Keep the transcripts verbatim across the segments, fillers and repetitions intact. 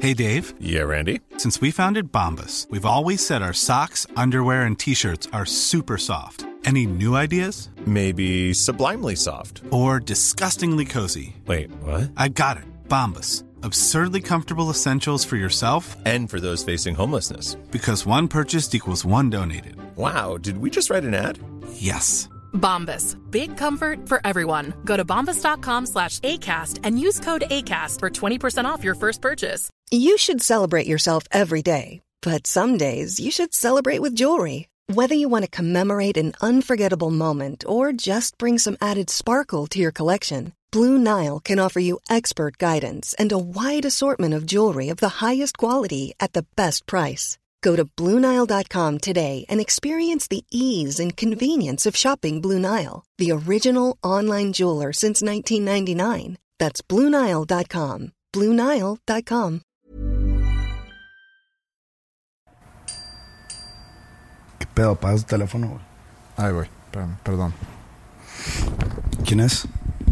Hey, Dave. Yeah, Randy? Since we founded Bombas, we've always said our socks, underwear, and T-shirts are super soft. Any new ideas? Maybe sublimely soft. Or disgustingly cozy. Wait, what? I got it. Bombas. Absurdly comfortable essentials for yourself and for those facing homelessness. Because one purchased equals one donated. Wow, did we just write an ad? Yes. Bombas. Big comfort for everyone. Go to bombas.com slash ACAST and use code ACAST for twenty percent off your first purchase. You should celebrate yourself every day. But some days you should celebrate with jewelry. Whether you want to commemorate an unforgettable moment or just bring some added sparkle to your collection, Blue Nile can offer you expert guidance and a wide assortment of jewelry of the highest quality at the best price. Go to Blue Nile dot com today and experience the ease and convenience of shopping Blue Nile, the original online jeweler since nineteen ninety-nine. That's Blue Nile dot com. Blue Nile dot com. ¿Qué pedo? Apaga tu teléfono, güey. Ay, güey. Espérame, perdón. ¿Quién es?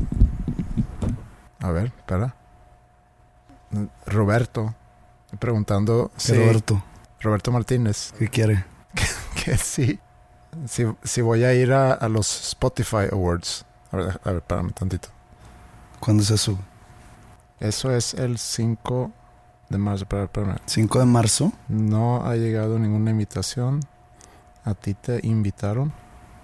A ver, espera. Roberto. Preguntando ¿Qué si... Roberto? Roberto Martínez. ¿Qué quiere? que, que sí. Si, si voy a ir a, a los Spotify Awards. A ver, a ver, espérame tantito. ¿Cuándo es eso? Eso es el cinco de marzo. Espérame, espérame. ¿cinco de marzo? No ha llegado ninguna invitación. ¿A ti te invitaron?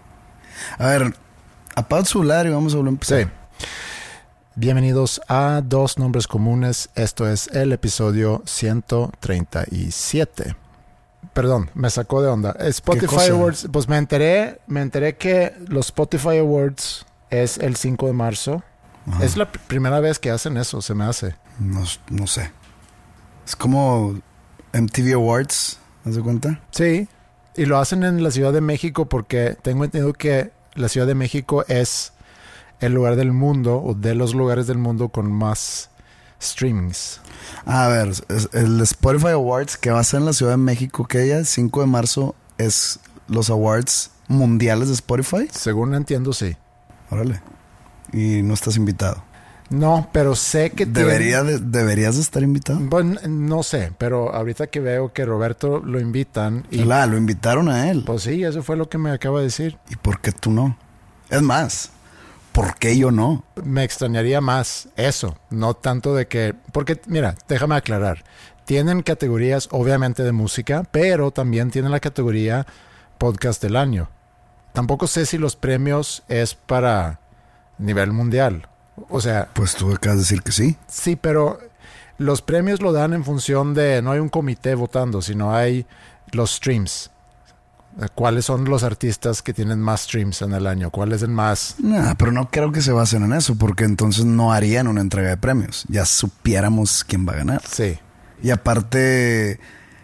A ver, apaga tu celular y vamos a volver a empezar. Sí. Bienvenidos a Dos Nombres Comunes. Esto es el episodio ciento treinta y siete. Perdón, me sacó de onda. Spotify Awards, pues me enteré, me enteré que los Spotify Awards es el cinco de marzo. Ajá. Es la p- primera vez que hacen eso, se me hace. No, no sé. Es como M T V Awards, ¿te das cuenta? Sí, y lo hacen en la Ciudad de México porque tengo entendido que la Ciudad de México es el lugar del mundo o de los lugares del mundo con más streamings. A ver, es, el Spotify Awards que va a ser en la Ciudad de México, que ya el cinco de marzo es los awards mundiales de Spotify. Según entiendo, sí. Órale. Y no estás invitado. No, pero sé que Debería tiene... de, ¿Deberías de estar invitado? Bueno, no sé, pero ahorita que veo que Roberto lo invitan... y La, lo invitaron a él. Pues sí, eso fue lo que me acaba de decir. ¿Y por qué tú no? Es más, ¿por qué yo no? Me extrañaría más eso, no tanto de que... Porque, mira, déjame aclarar. Tienen categorías, obviamente, de música, pero también tienen la categoría podcast del año. Tampoco sé si los premios es para nivel mundial. O sea... Pues tú acabas de decir que sí. Sí, pero los premios lo dan en función de... No hay un comité votando, sino hay los streams. ¿Cuáles son los artistas que tienen más streams en el año? ¿Cuál es el más...? Nah, pero no creo que se basen en eso, porque entonces no harían una entrega de premios. Ya supiéramos quién va a ganar. Sí. Y aparte,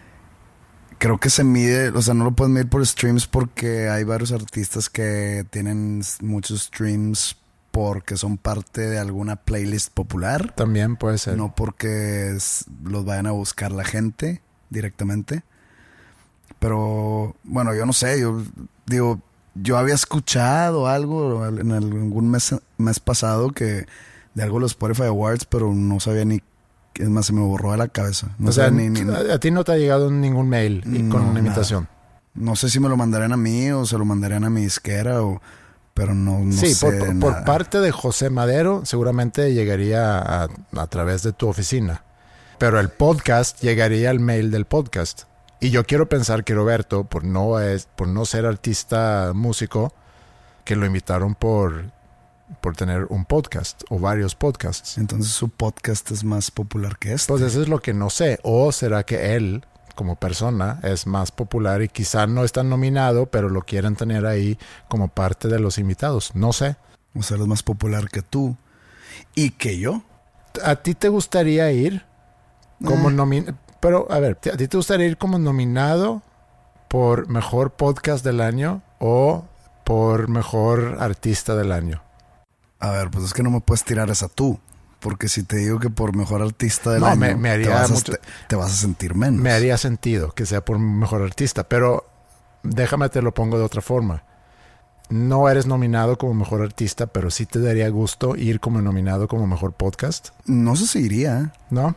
creo que se mide, o sea, no lo puedes medir por streams porque hay varios artistas que tienen muchos streams porque son parte de alguna playlist popular. También puede ser. No porque es, los vayan a buscar la gente directamente. Pero, bueno, yo no sé, yo digo, yo había escuchado algo en algún mes, mes pasado que de algo de los Spotify Awards, pero no sabía ni, es más, se me borró de la cabeza. No o sea, ni, ni, a, a ti no te ha llegado ningún mail y con no, una invitación. Nada. No sé si me lo mandarían a mí o se lo mandarían a mi disquera o... Pero no, no sí, sé por, por parte de José Madero seguramente llegaría a, a través de tu oficina. Pero el podcast llegaría al mail del podcast. Y yo quiero pensar que Roberto, por no, es, por no ser artista músico, que lo invitaron por, por tener un podcast o varios podcasts. Entonces su podcast es más popular que este. Pues eso es lo que no sé. O será que él, como persona, es más popular y quizá no está nominado, pero lo quieren tener ahí como parte de los invitados. No sé. O sea, es más popular que tú y que yo. ¿A ti te gustaría ir como eh. nominado? Pero, a ver, ¿a ti te gustaría ir como nominado por mejor podcast del año o por mejor artista del año? A ver, pues es que no me puedes tirar esa tú. Porque si te digo que por mejor artista del no, año, me, me haría te, vas mucho, a, te, te vas a sentir menos. Me haría sentido que sea por mejor artista, pero déjame te lo pongo de otra forma. No eres nominado como mejor artista, pero sí te daría gusto ir como nominado como mejor podcast. No sé si iría. ¿No?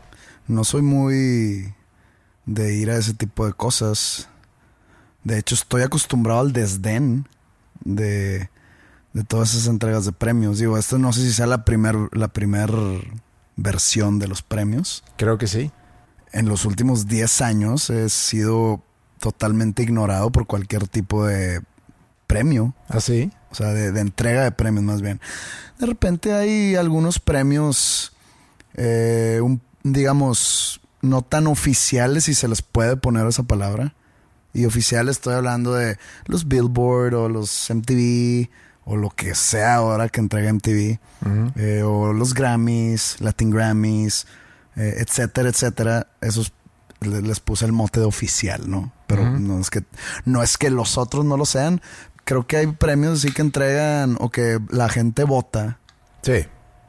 no soy muy de ir a ese tipo de cosas. De hecho, estoy acostumbrado al desdén de, de todas esas entregas de premios. Digo, esto no sé si sea la primer, la primer versión de los premios. Creo que sí. En los últimos diez años he sido totalmente ignorado por cualquier tipo de premio. ¿Ah, sí? O sea, de, de entrega de premios más bien. De repente hay algunos premios, eh, un, digamos, no tan oficiales, si se les puede poner esa palabra. Y oficiales estoy hablando de los Billboard o los M T V o lo que sea ahora que entrega M T V. Uh-huh. eh, o los Grammys, Latin Grammys, eh, etcétera, etcétera. Esos les, les puse el mote de oficial, ¿no? Pero uh-huh. no es que no es que los otros no lo sean. Creo que hay premios así que entregan o que la gente vota. Sí.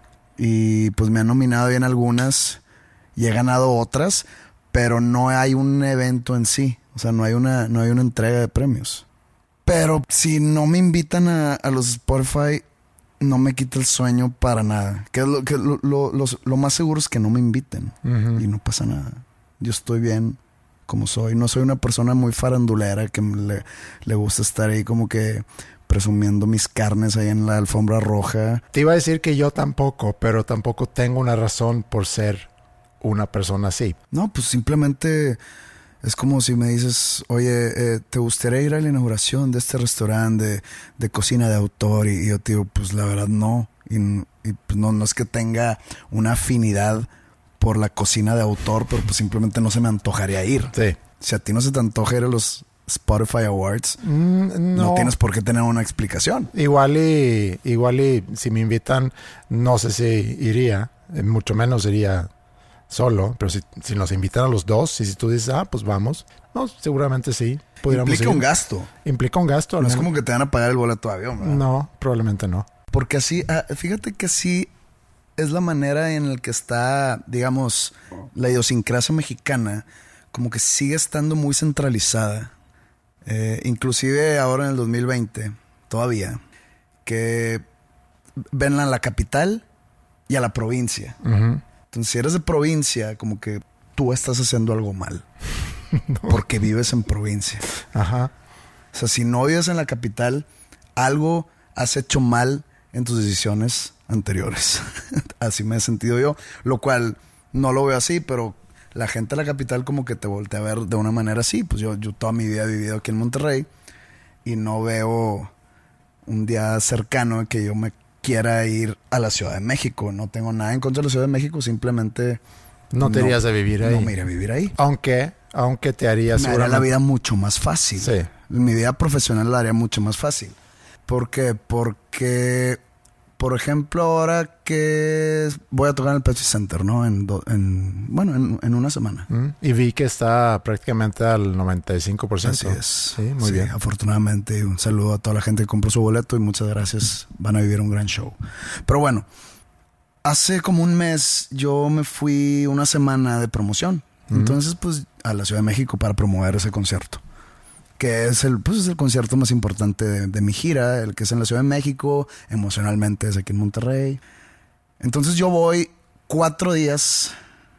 Y pues me han nominado bien algunas y he ganado otras, pero no hay un evento en sí. O sea, no hay una, no hay una entrega de premios. Pero si no me invitan a, a los Spotify, no me quita el sueño para nada. Que es lo, que lo, lo, lo, lo más seguro es que no me inviten. Uh-huh. Y no pasa nada. Yo estoy bien como soy. No soy una persona muy farandulera que le, le gusta estar ahí como que presumiendo mis carnes ahí en la alfombra roja. Te iba a decir que yo tampoco, pero tampoco tengo una razón por ser una persona así. No, pues simplemente es como si me dices, oye, eh, ¿te gustaría ir a la inauguración de este restaurante de, de cocina de autor? Y, y yo te digo, pues la verdad no. Y, y pues no, no es que tenga una afinidad por la cocina de autor, pero pues simplemente no se me antojaría ir. Sí. Si a ti no se te antoja ir a los Spotify Awards, mm, no. no tienes por qué tener una explicación. Igual y, igual y si me invitan, no sé si iría, mucho menos iría solo, pero si, si nos invitan a los dos y si tú dices, ah, pues vamos, no, seguramente sí. Implica ir. un gasto. Implica un gasto. No es como que te van a pagar el boleto de avión, ¿verdad? No, probablemente no. Porque así, ah, fíjate que así es la manera en la que está, digamos, la idiosincrasia mexicana, como que sigue estando muy centralizada. Eh, inclusive ahora en el dos mil veinte, todavía, que ven a la capital y a la provincia. Uh-huh. Entonces, si eres de provincia, como que tú estás haciendo algo mal. No. Porque vives en provincia. Ajá. O sea, si no vives en la capital, algo has hecho mal en tus decisiones anteriores. Así me he sentido yo. Lo cual no lo veo así, pero la gente de la capital como que te voltea a ver de una manera así. Pues yo, yo toda mi vida he vivido aquí en Monterrey y no veo un día cercano que yo me quiera ir a la Ciudad de México. No tengo nada en contra de la Ciudad de México, simplemente no te no, irías a vivir ahí. No me iría a vivir ahí. Aunque, aunque te haría me haría la vida mucho más fácil. Sí. Mi vida profesional la haría mucho más fácil. ¿Por qué? Porque, por ejemplo, ahora que voy a tocar en el Pepsi Center, ¿no? En, do, en bueno, en, en una semana. Mm. Y vi que está prácticamente al noventa y cinco por ciento. Así es. Sí, muy sí, bien. Afortunadamente, un saludo a toda la gente que compró su boleto y muchas gracias. Van a vivir un gran show. Pero bueno, hace como un mes yo me fui una semana de promoción. Mm. Entonces, pues, a la Ciudad de México para promover ese concierto. Que es el, pues es el concierto más importante de, de mi gira, el que es en la Ciudad de México, emocionalmente es aquí en Monterrey. Entonces yo voy cuatro días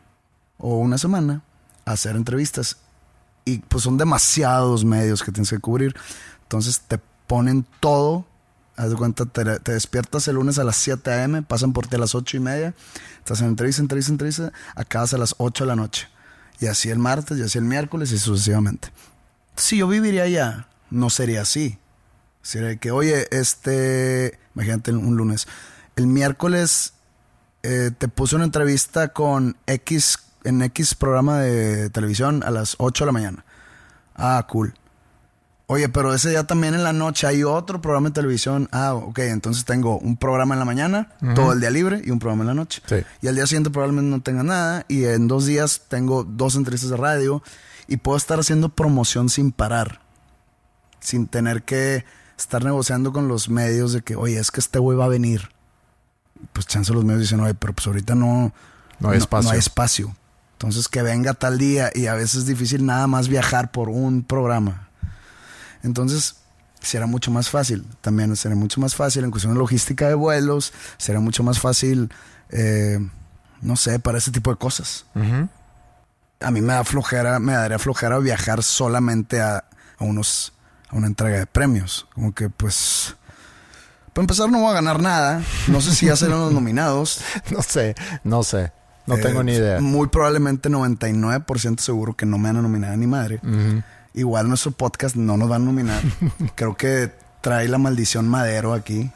o una semana a hacer entrevistas y pues son demasiados medios que tienes que cubrir. Entonces te ponen todo, haz de cuenta, te, te despiertas el lunes a las siete a.m., pasan por ti a las ocho y media, estás en entrevista, entrevista, entrevista, acabas a las ocho de la noche. Y así el martes, y así el miércoles y sucesivamente. Si yo viviría allá, no sería así. Sería que, oye, este... Imagínate un lunes. El miércoles eh, te puse una entrevista con X... En X programa de televisión a las ocho de la mañana. Ah, cool. Oye, pero ese día también en la noche hay otro programa de televisión. Ah, ok. Entonces tengo un programa en la mañana, uh-huh. todo el día libre, y un programa en la noche. Sí. Y al día siguiente probablemente no tenga nada. Y en dos días tengo dos entrevistas de radio. Y puedo estar haciendo promoción sin parar. Sin tener que estar negociando con los medios de que, oye, es que este güey va a venir. Pues chance los medios dicen, oye, pero pues ahorita no, no, hay, no, espacio. no hay espacio. Entonces que venga tal día. Y a veces es difícil nada más viajar por un programa. Entonces será mucho más fácil. También será mucho más fácil en cuestión de logística de vuelos. Será mucho más fácil, eh, no sé, para ese tipo de cosas. Uh-huh. a mí me da flojera, me daría flojera viajar solamente a, a unos, a una entrega de premios. Como que pues, para empezar no voy a ganar nada. No sé si ya serán los nominados. No sé, no sé. No eh, tengo ni idea. Muy probablemente noventa y nueve por ciento seguro que no me van a nominar ni madre. Uh-huh. Igual nuestro podcast no nos van a nominar. Creo que trae la maldición Madero aquí.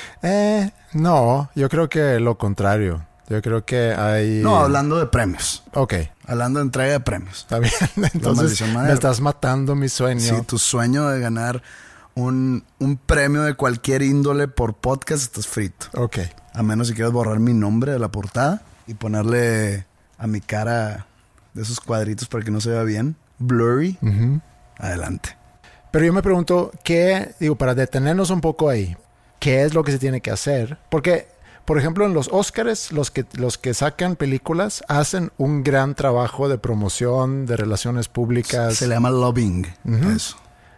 Eh, no, yo creo que lo contrario. Yo creo que hay... No, hablando de premios. Ok. Hablando de entrega de premios. Está bien. Entonces me estás matando mi sueño. Sí, tu sueño de ganar un, un premio de cualquier índole por podcast estás frito. Ok. A menos si quieres borrar mi nombre de la portada y ponerle a mi cara de esos cuadritos para que no se vea bien. Blurry. Uh-huh. Adelante. Pero yo me pregunto, ¿qué... Digo, para detenernos un poco ahí, ¿qué es lo que se tiene que hacer? Porque... Por ejemplo, en los Óscares, los que, los que sacan películas hacen un gran trabajo de promoción, de relaciones públicas. Se le llama lobbying. Uh-huh. Eso.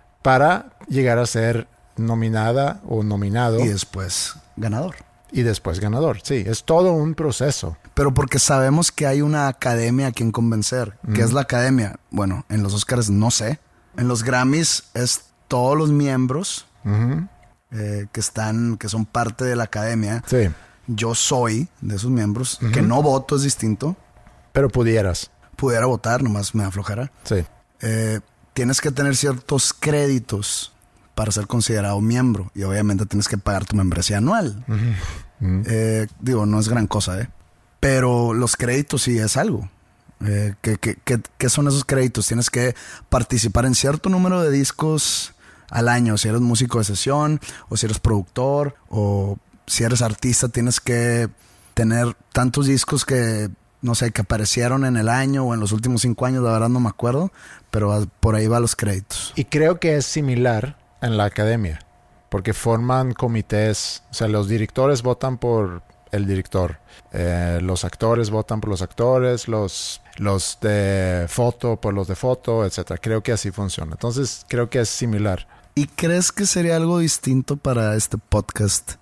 Para llegar a ser nominada o nominado. Y después ganador. Y después ganador, sí. Es todo un proceso. Pero porque sabemos que hay una academia a quien convencer. Uh-huh. ¿Qué es la academia? Bueno, en los Óscares no sé. En los Grammys es todos los miembros uh-huh. eh, que están, que son parte de la academia. Sí. Yo soy de esos miembros, uh-huh. que no voto, es distinto. Pero pudieras. Pudiera votar, nomás me aflojara. Sí. Eh, tienes que tener ciertos créditos para ser considerado miembro. Y obviamente tienes que pagar tu membresía anual. Uh-huh. Uh-huh. Eh, digo, no es gran cosa, ¿eh? Pero los créditos sí es algo. Eh, ¿qué, qué, qué, ¿Qué son esos créditos? Tienes que participar en cierto número de discos al año. Si eres músico de sesión, o si eres productor, o... Si eres artista, tienes que tener tantos discos que, no sé, que aparecieron en el año o en los últimos cinco años, la verdad no me acuerdo, pero por ahí va los créditos. Y creo que es similar en la academia, porque forman comités, o sea, los directores votan por el director, eh, los actores votan por los actores, los, los de foto por los de foto, etcétera. Creo que así funciona. Entonces, creo que es similar. ¿Y crees que sería algo distinto para este podcast?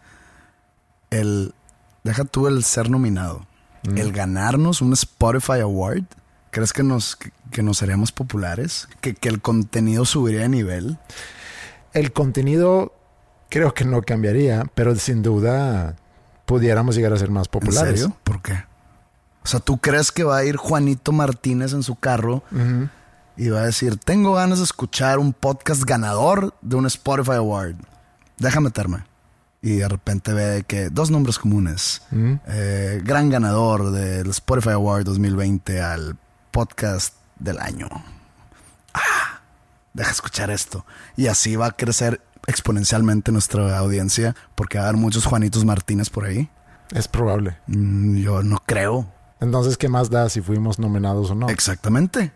El, deja tú el ser nominado, mm. el ganarnos un Spotify Award. ¿Crees que nos, que, que nos seríamos populares? ¿Que, ¿Que el contenido subiría de nivel? El contenido creo que no cambiaría, pero sin duda pudiéramos llegar a ser más populares. ¿En serio? ¿Por qué? O sea, ¿tú crees que va a ir Juanito Martínez en su carro uh-huh. y va a decir, tengo ganas de escuchar un podcast ganador de un Spotify Award? Déjame meterme. Y de repente ve que dos nombres comunes. Mm. Eh, gran ganador del Spotify Award dos mil veinte al podcast del año. Ah, deja escuchar esto. Y así va a crecer exponencialmente nuestra audiencia porque va a haber muchos Juanitos Martínez por ahí. Es probable. Mm, yo no creo. Entonces, ¿qué más da si fuimos nominados o no? Exactamente.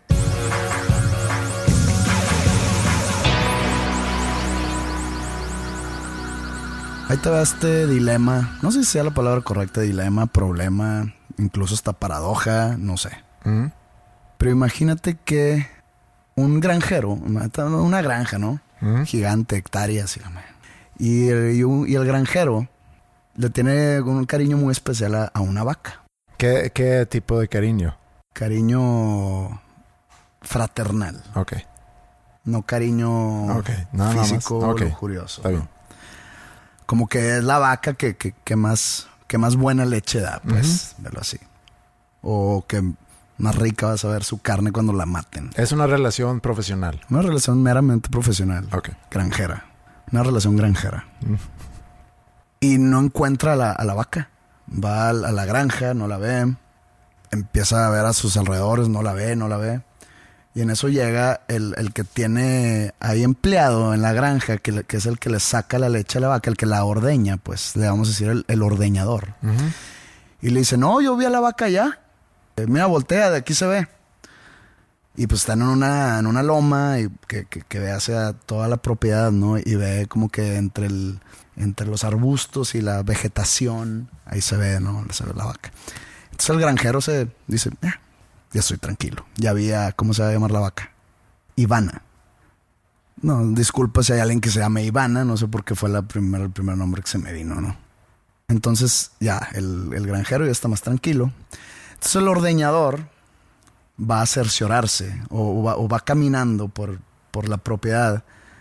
Ahí te va este dilema, no sé si sea la palabra correcta, dilema, problema, incluso hasta paradoja, no sé. ¿Mm? Pero imagínate que un granjero, una, una granja, ¿no? ¿Mm? Gigante, hectáreas. Y el, y, un, y el granjero le tiene un cariño muy especial a, a una vaca. ¿Qué, ¿Qué tipo de cariño? Cariño fraternal. Ok. No cariño okay. físico o okay. lujurioso. Está bien. ¿no? Como que es la vaca que, que, que, más, que más buena leche da, pues, uh-huh. verlo así. O que más rica vas a ver su carne cuando la maten. Es una relación profesional. Una relación meramente profesional. Ok. Granjera. Una relación granjera. Uh-huh. Y no encuentra a la, a la vaca. Va a la granja, no la ve. Empieza a ver a sus alrededores, no la ve, no la ve. Y en eso llega el, el que tiene ahí empleado en la granja, que, le, que es el que le saca la leche a la vaca, el que la ordeña, pues le vamos a decir el, el ordeñador. Uh-huh. Y le dice, no, yo vi a la vaca allá. Eh, mira, voltea, de aquí se ve. Y pues están en una, en una loma y que, que, que ve hacia toda la propiedad, ¿no? Y ve como que entre, el, entre los arbustos y la vegetación, ahí se ve, ¿no? Se ve la vaca. Entonces el granjero se dice, eh, ya estoy tranquilo. Ya había, ¿cómo se va a llamar la vaca? Ivana. No, disculpa si hay alguien que se llame Ivana. No sé por qué fue la primera, el primer nombre que se me vino, ¿no? Entonces ya, el, el granjero ya está más tranquilo. Entonces el ordeñador va a cerciorarse o, o, va, o va caminando por, por la propiedad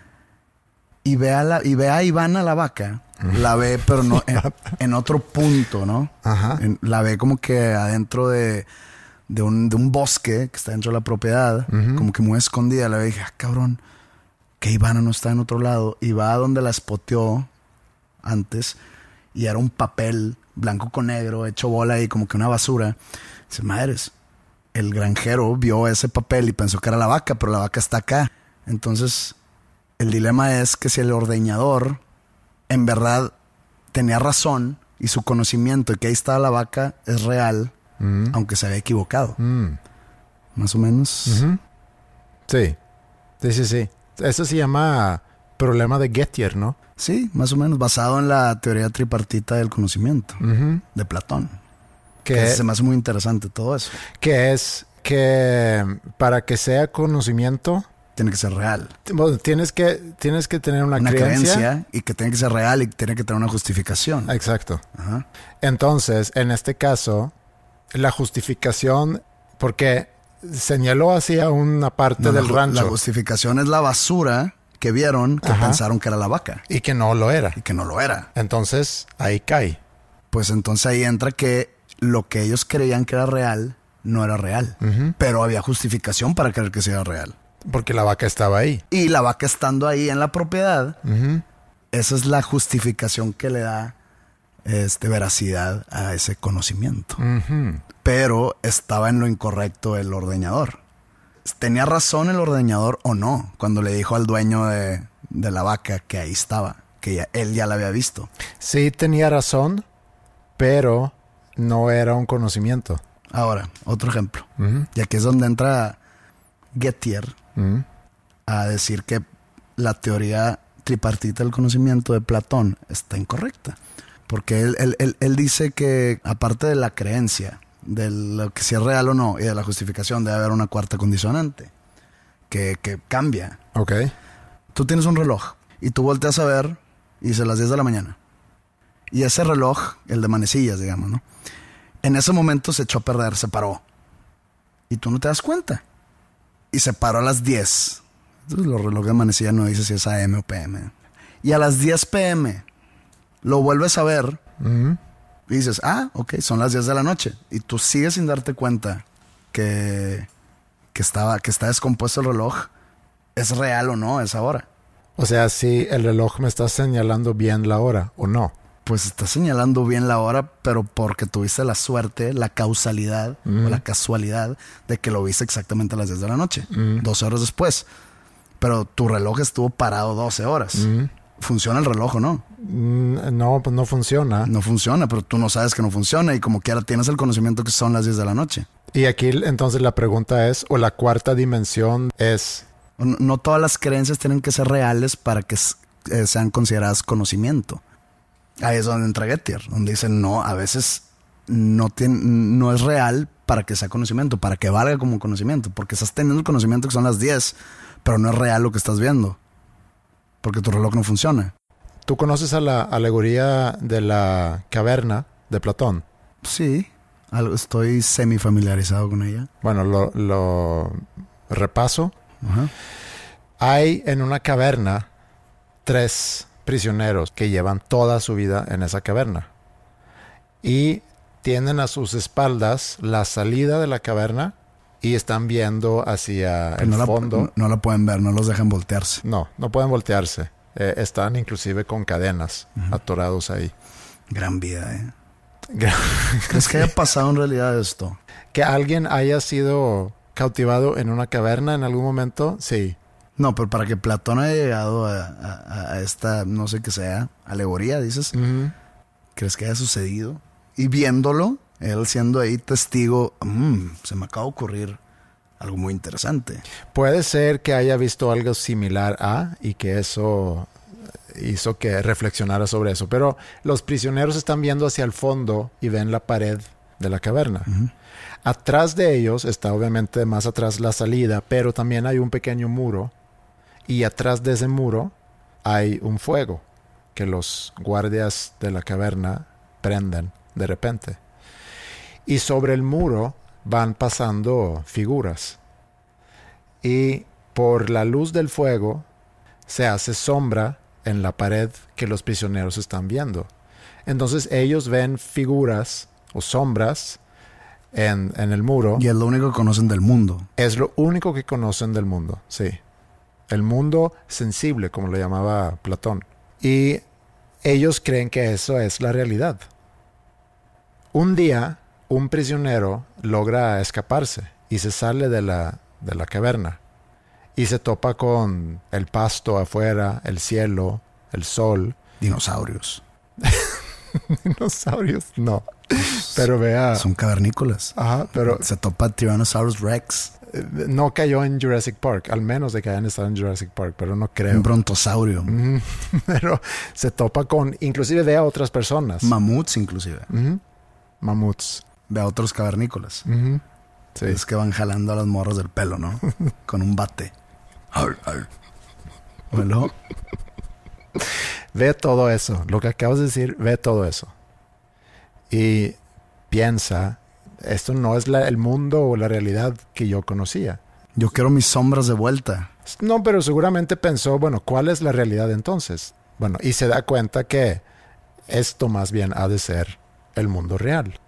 y ve a, la, y ve a Ivana la vaca, la ve pero no en, en otro punto, ¿no? Ajá. En, la ve como que adentro de, de, un, de un bosque que está dentro de la propiedad, uh-huh. como que muy escondida. La ve y dije, ah, cabrón, que Ivana no está en otro lado. Y va a donde la spoteó antes y era un papel blanco con negro hecho bola ahí como que una basura. Dice, madres, el granjero vio ese papel y pensó que era la vaca, pero la vaca está acá. Entonces el dilema es que si el ordeñador en verdad tenía razón y su conocimiento de que ahí estaba la vaca es real, mm. aunque se había equivocado. Mm. Más o menos. Uh-huh. Sí, sí, sí, sí. Eso se llama problema de Gettier, ¿no? Sí, más o menos, basado en la teoría tripartita del conocimiento, uh-huh. de Platón. Que, que se me hace muy interesante todo eso. Que es que para que sea conocimiento tiene que ser real. Bueno, tienes que, tienes que tener una, una creencia. creencia y que tiene que ser real y tiene que tener una justificación. Exacto. Ajá. Entonces, en este caso, la justificación, porque señaló hacia una parte no, del la, rancho. La justificación es la basura que vieron, que Ajá. pensaron que era la vaca. Y que no lo era. Y que no lo era. Entonces, ahí cae. Pues entonces ahí entra que lo que ellos creían que era real, no era real. Uh-huh. Pero había justificación para creer que sí era real. Porque la vaca estaba ahí. Y la vaca estando ahí en la propiedad, uh-huh. esa es la justificación que le da este, veracidad a ese conocimiento. Uh-huh. Pero estaba en lo incorrecto el ordeñador. ¿Tenía razón el ordeñador o no? Cuando le dijo al dueño de, de la vaca que ahí estaba, que ya, él ya la había visto. Sí, tenía razón, pero no era un conocimiento. Ahora, otro ejemplo. Uh-huh. Y aquí es donde entra Gettier uh-huh. a decir que la teoría tripartita del conocimiento de Platón está incorrecta. Porque él, él, él, él dice que, aparte de la creencia, de lo que si es real o no, y de la justificación, debe haber una cuarta condicionante que, que cambia. Ok. Tú tienes un reloj y tú volteas a ver y dice las diez de la mañana. Y ese reloj, el de manecillas, digamos, ¿no? En ese momento se echó a perder, se paró. Y tú no te das cuenta. Y se paró a las diez. Entonces, los relojes de manecilla no dice si es A M o P M. Y a las diez P M lo vuelves a ver. Uh-huh. Y dices, ah, ok, son las diez de la noche. Y tú sigues sin darte cuenta que, que, estaba, que está descompuesto el reloj. ¿Es real o no esa hora? O sea, si el reloj me está señalando bien la hora o no. Pues está señalando bien la hora, pero porque tuviste la suerte, la causalidad mm. o la casualidad de que lo viste exactamente a las diez de la noche, mm. doce horas después. Pero tu reloj estuvo parado doce horas. Mm. ¿Funciona el reloj o no? Mm, no, pues no funciona. No funciona, pero tú no sabes que no funciona y como quiera tienes el conocimiento que son las diez de la noche. Y aquí entonces la pregunta es, o la cuarta dimensión es... No, no todas las creencias tienen que ser reales para que eh, sean consideradas conocimiento. Ahí es donde entra Gettier, donde dicen no, a veces no, tiene, no es real para que sea conocimiento, para que valga como conocimiento, porque estás teniendo el conocimiento que son las diez, pero no es real lo que estás viendo, porque tu reloj no funciona. ¿Tú conoces a la alegoría de la caverna de Platón? Sí, estoy semi familiarizado con ella. Bueno, lo, lo repaso. Uh-huh. Hay en una caverna tres prisioneros que llevan toda su vida en esa caverna y tienen a sus espaldas la salida de la caverna y están viendo hacia el no fondo. La, no, no la pueden ver, no los dejan voltearse. No, no pueden voltearse. Eh, están inclusive con cadenas uh-huh. atorados ahí. Gran vida, ¿eh? ¿Crees que haya pasado en realidad esto? Que alguien haya sido cautivado en una caverna en algún momento, sí. No, pero para que Platón haya llegado a, a, a esta, no sé qué sea, alegoría, dices, uh-huh. ¿crees que haya sucedido? Y viéndolo, él siendo ahí testigo, mmm, se me acaba de ocurrir algo muy interesante. Puede ser que haya visto algo similar a, y que eso hizo que reflexionara sobre eso. Pero los prisioneros están viendo hacia el fondo y ven la pared de la caverna. Uh-huh. Atrás de ellos está obviamente más atrás la salida, pero también hay un pequeño muro. Y atrás de ese muro hay un fuego que los guardias de la caverna prenden de repente. Y sobre el muro van pasando figuras. Y por la luz del fuego se hace sombra en la pared que los prisioneros están viendo. Entonces ellos ven figuras o sombras en, en el muro. Y es lo único que conocen del mundo. Es lo único que conocen del mundo, sí. El mundo sensible, como lo llamaba Platón. Y ellos creen que eso es la realidad. Un día, un prisionero logra escaparse y se sale de la, de la caverna. Y se topa con el pasto afuera, el cielo, el sol. Dinosaurios. Dinosaurios, no. Pero vea... Son cavernícolas. Ajá, pero... Se topa Tyrannosaurus Rex. No cayó en Jurassic Park, al menos de que hayan estado en Jurassic Park, pero no creo. Un brontosaurio. Mm-hmm. Pero se topa con... Inclusive ve a otras personas. Mamuts, inclusive. Mm-hmm. Mamuts. Ve a otros cavernícolas. Mm-hmm. Sí. Es que van jalando a las morras del pelo, ¿no? Con un bate. Ar, ar. Bueno. Ve todo eso. Lo que acabas de decir, ve todo eso. Y piensa, esto no es la, el mundo o la realidad que yo conocía. Yo quiero mis sombras de vuelta. No, pero seguramente pensó, bueno, ¿cuál es la realidad entonces? Bueno, y se da cuenta que esto más bien ha de ser el mundo real.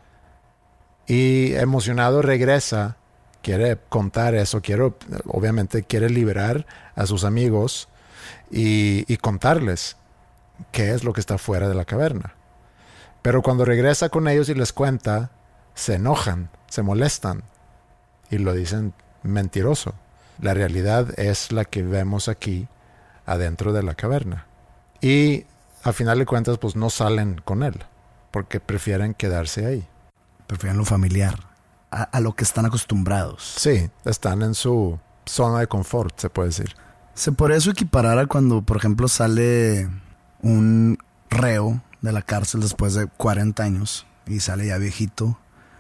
Y emocionado regresa, quiere contar eso, quiere, obviamente quiere liberar a sus amigos y, y contarles qué es lo que está fuera de la caverna. Pero cuando regresa con ellos y les cuenta, se enojan, se molestan y lo dicen mentiroso. La realidad es la que vemos aquí adentro de la caverna. Y al final de cuentas, pues no salen con él porque prefieren quedarse ahí. Prefieren lo familiar, a, a lo que están acostumbrados. Sí, están en su zona de confort, se puede decir. Se podría eso equiparar a cuando, por ejemplo, sale un reo de la cárcel después de cuarenta años y sale ya viejito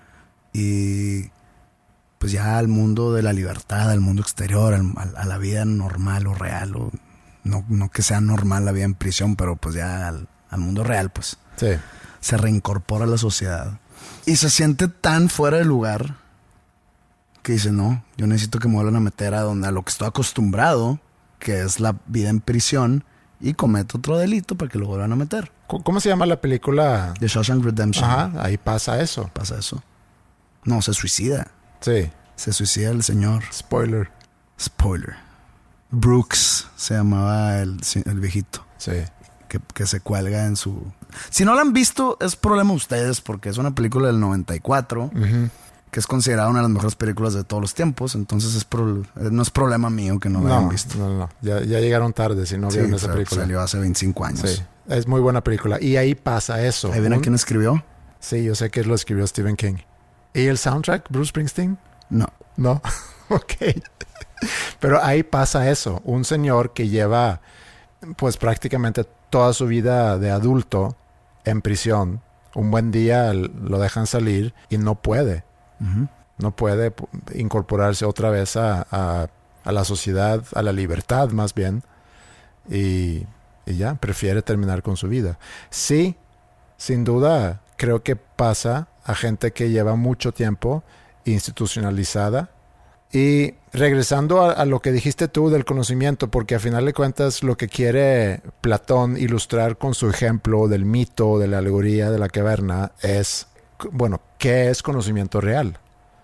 y pues ya al mundo de la libertad, al mundo exterior, al, a la vida normal o real, o no, no que sea normal la vida en prisión, pero pues ya al, al mundo real, pues sí. Se reincorpora a la sociedad. Y se siente tan fuera de lugar que dice, no, yo necesito que me vuelvan a meter a donde a lo que estoy acostumbrado, que es la vida en prisión, y comete otro delito para que lo vuelvan a meter. ¿Cómo se llama la película? The Shawshank Redemption. Ajá, ahí pasa eso. Pasa eso. No, se suicida. Sí. Se suicida el señor. Spoiler. Spoiler. Brooks se llamaba el, el viejito. Sí. Que, que se cuelga en su... Si no la han visto, es problema de ustedes, porque es una película del noventa y cuatro, uh-huh. que es considerada una de las mejores películas de todos los tiempos. Entonces es pro, no es problema mío que no la no, hayan visto. No, no, ya, ya llegaron tarde si no sí, vieron esa película. Salió hace veinticinco años. Sí, es muy buena película. Y ahí pasa eso. ¿Ahí ven a quién escribió? Sí, yo sé que lo escribió Stephen King. ¿Y el soundtrack, Bruce Springsteen? No. No, ok. Pero ahí pasa eso. Un señor que lleva pues prácticamente toda su vida de adulto en prisión. Un buen día lo dejan salir y no puede. Uh-huh. No puede incorporarse otra vez a, a, a la sociedad, a la libertad más bien. Y, y ya, prefiere terminar con su vida. Sí, sin duda, creo que pasa a gente que lleva mucho tiempo institucionalizada. Y regresando a, a lo que dijiste tú del conocimiento, porque a final de cuentas lo que quiere Platón ilustrar con su ejemplo del mito, de la alegoría de la caverna es, bueno, ¿qué es conocimiento real?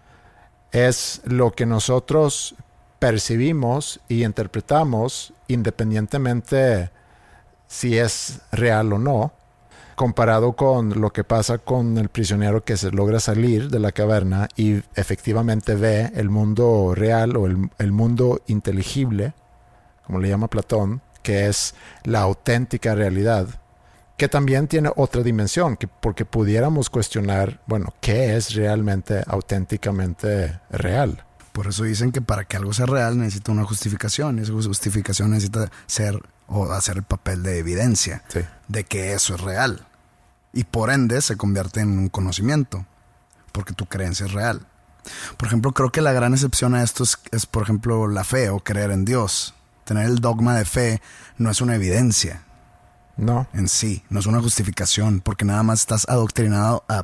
Es lo que nosotros percibimos y interpretamos independientemente si es real o no, comparado con lo que pasa con el prisionero que se logra salir de la caverna y efectivamente ve el mundo real o el, el mundo inteligible, como le llama Platón, que es la auténtica realidad, que también tiene otra dimensión, que porque pudiéramos cuestionar, bueno, ¿qué es realmente, auténticamente real? Por eso dicen que para que algo sea real necesita una justificación, y esa justificación necesita ser o hacer el papel de evidencia sí. de que eso es real. Y por ende se convierte en un conocimiento, porque tu creencia es real. Por ejemplo, creo que la gran excepción a esto es, es, por ejemplo, la fe o creer en Dios. Tener el dogma de fe no es una evidencia no. en sí, no es una justificación, porque nada más estás adoctrinado a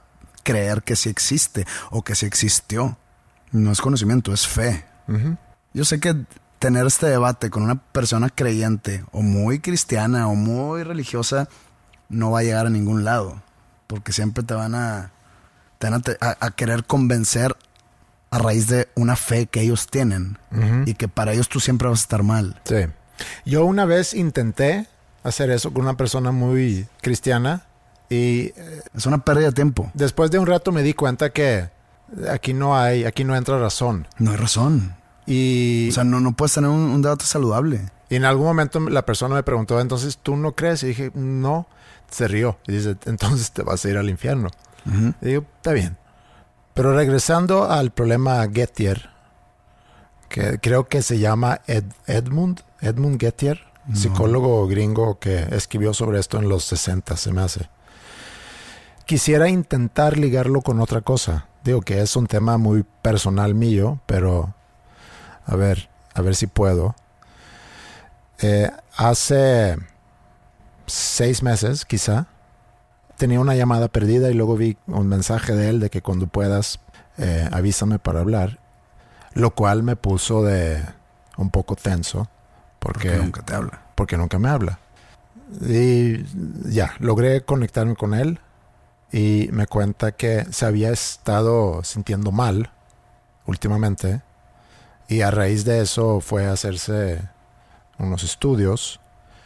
creer que sí existe o que sí existió. No es conocimiento, es fe. Uh-huh. Yo sé que tener este debate con una persona creyente o muy cristiana o muy religiosa no va a llegar a ningún lado, porque siempre te van a, te van a, a, a querer convencer a raíz de una fe que ellos tienen, uh-huh, y que para ellos tú siempre vas a estar mal. Sí. Yo una vez intenté hacer eso con una persona muy cristiana y... Es una pérdida de tiempo. Después de un rato me di cuenta que aquí no hay, aquí no entra razón. No hay razón. Y... O sea, no, no puedes tener un, un debate saludable. Y en algún momento la persona me preguntó, entonces, ¿tú no crees? Y dije, no. Se rió. Y dice, entonces te vas a ir al infierno. Uh-huh. Y digo, está bien. Pero regresando al problema Gettier, que creo que se llama Ed, Edmund, Edmund Gettier, no. psicólogo gringo que escribió sobre esto en los sesenta, se me hace. Quisiera intentar ligarlo con otra cosa. Digo que es un tema muy personal mío, pero a ver, a ver si puedo. Eh, hace seis meses, quizá, tenía una llamada perdida y luego vi un mensaje de él de que cuando puedas, eh, avísame para hablar, lo cual me puso de un poco tenso porque, porque nunca te habla. Porque nunca me habla. Y ya, logré conectarme con él y me cuenta que se había estado sintiendo mal últimamente y a raíz de eso fue a hacerse unos estudios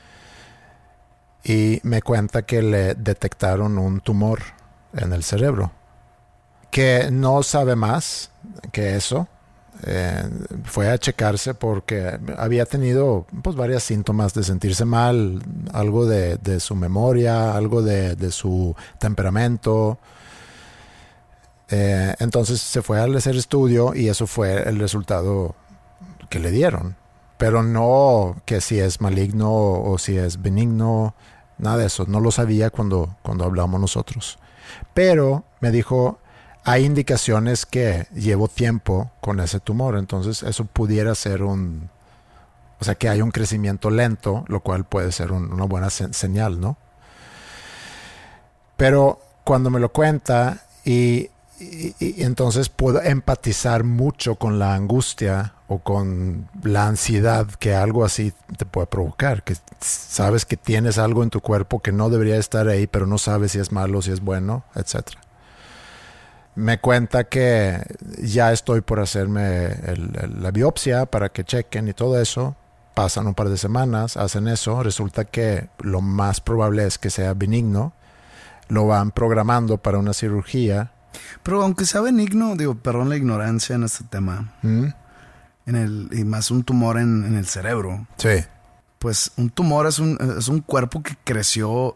y me cuenta que le detectaron un tumor en el cerebro, que no sabe más que eso. Eh, fue a checarse porque había tenido pues varios síntomas de sentirse mal, algo de, de su memoria, algo de, de su temperamento. Eh, entonces se fue a hacer estudio y eso fue el resultado que le dieron. Pero no que si es maligno o si es benigno, nada de eso. No lo sabía cuando, cuando hablamos nosotros. Pero me dijo, hay indicaciones que llevo tiempo con ese tumor. Entonces eso pudiera ser un... O sea, que hay un crecimiento lento, lo cual puede ser un, una buena se- señal, ¿no? Pero cuando me lo cuenta y, y, y entonces puedo empatizar mucho con la angustia o con la ansiedad que algo así te puede provocar, que sabes que tienes algo en tu cuerpo que no debería estar ahí, pero no sabes si es malo, si es bueno, etcétera. Me cuenta que ya estoy por hacerme el, el, la biopsia para que chequen y todo eso. Pasan un par de semanas, hacen eso, resulta que lo más probable es que sea benigno. Lo van programando para una cirugía. Pero aunque sea benigno, digo, perdón la ignorancia en este tema, ¿Mm? en el, y más un tumor en, en el cerebro. Sí. Pues un tumor es un, es un cuerpo que creció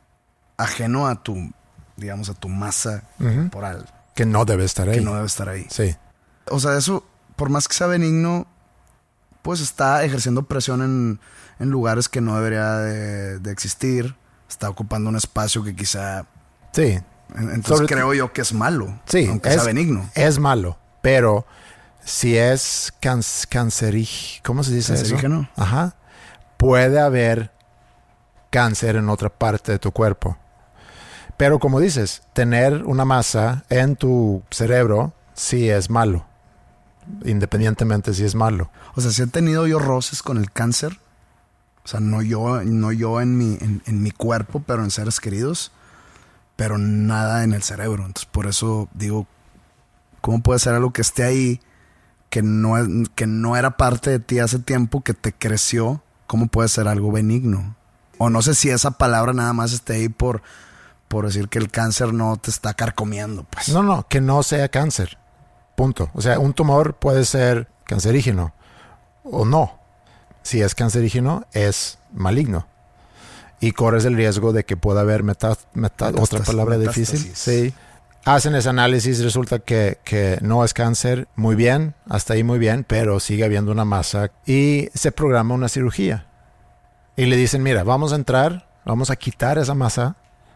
ajeno a tu, digamos, a tu masa uh-huh. corporal. Que no debe estar ahí. Que no debe estar ahí. Sí. O sea, eso, por más que sea benigno, pues está ejerciendo presión en, en lugares que no debería de, de existir. Está ocupando un espacio que quizá... Sí. Entonces Sobre creo t- yo que es malo. Sí. Aunque es, sea benigno. Es malo. Pero si es can- cancerígeno... ¿Cómo se dice cancerígeno. eso? Ajá. Puede haber cáncer en otra parte de tu cuerpo. Pero como dices, tener una masa en tu cerebro sí es malo. Independientemente si es malo. O sea, si he tenido yo roces con el cáncer, o sea, no yo, no yo en mi, en, en mi cuerpo, pero en seres queridos, pero nada en el cerebro. Entonces, por eso digo, ¿cómo puede ser algo que esté ahí, que no, es, que no era parte de ti hace tiempo, que te creció? ¿Cómo puede ser algo benigno? O no sé si esa palabra nada más esté ahí por... por decir que el cáncer no te está carcomiendo, pues. No, no, que no sea cáncer. Punto. O sea, un tumor puede ser cancerígeno o no. Si es cancerígeno, es maligno. Y corres el riesgo de que pueda haber meta, meta, otra palabra difícil. Sí. Hacen ese análisis, resulta que, que no es cáncer. Muy bien, hasta ahí muy bien, pero sigue habiendo una masa. Y se programa una cirugía. Y le dicen, mira, vamos a entrar, vamos a quitar esa masa.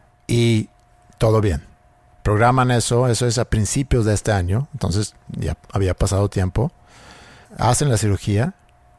Y todo bien. Programan eso, eso es a principios de este año. Entonces ya había pasado tiempo. Hacen la cirugía.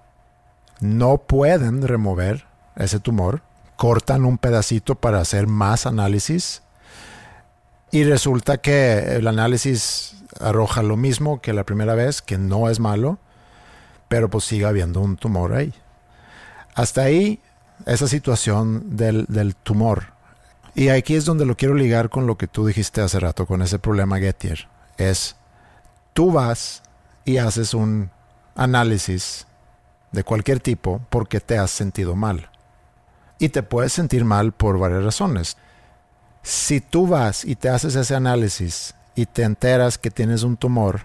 No pueden remover ese tumor. Cortan un pedacito para hacer más análisis. Y resulta que el análisis arroja lo mismo que la primera vez, que no es malo, pero pues sigue habiendo un tumor ahí. Hasta ahí, esa situación del, del tumor. Y aquí es donde lo quiero ligar con lo que tú dijiste hace rato, con ese problema Gettier. Es, tú vas y haces un análisis de cualquier tipo porque te has sentido mal. Y te puedes sentir mal por varias razones. Si tú vas y te haces ese análisis y te enteras que tienes un tumor,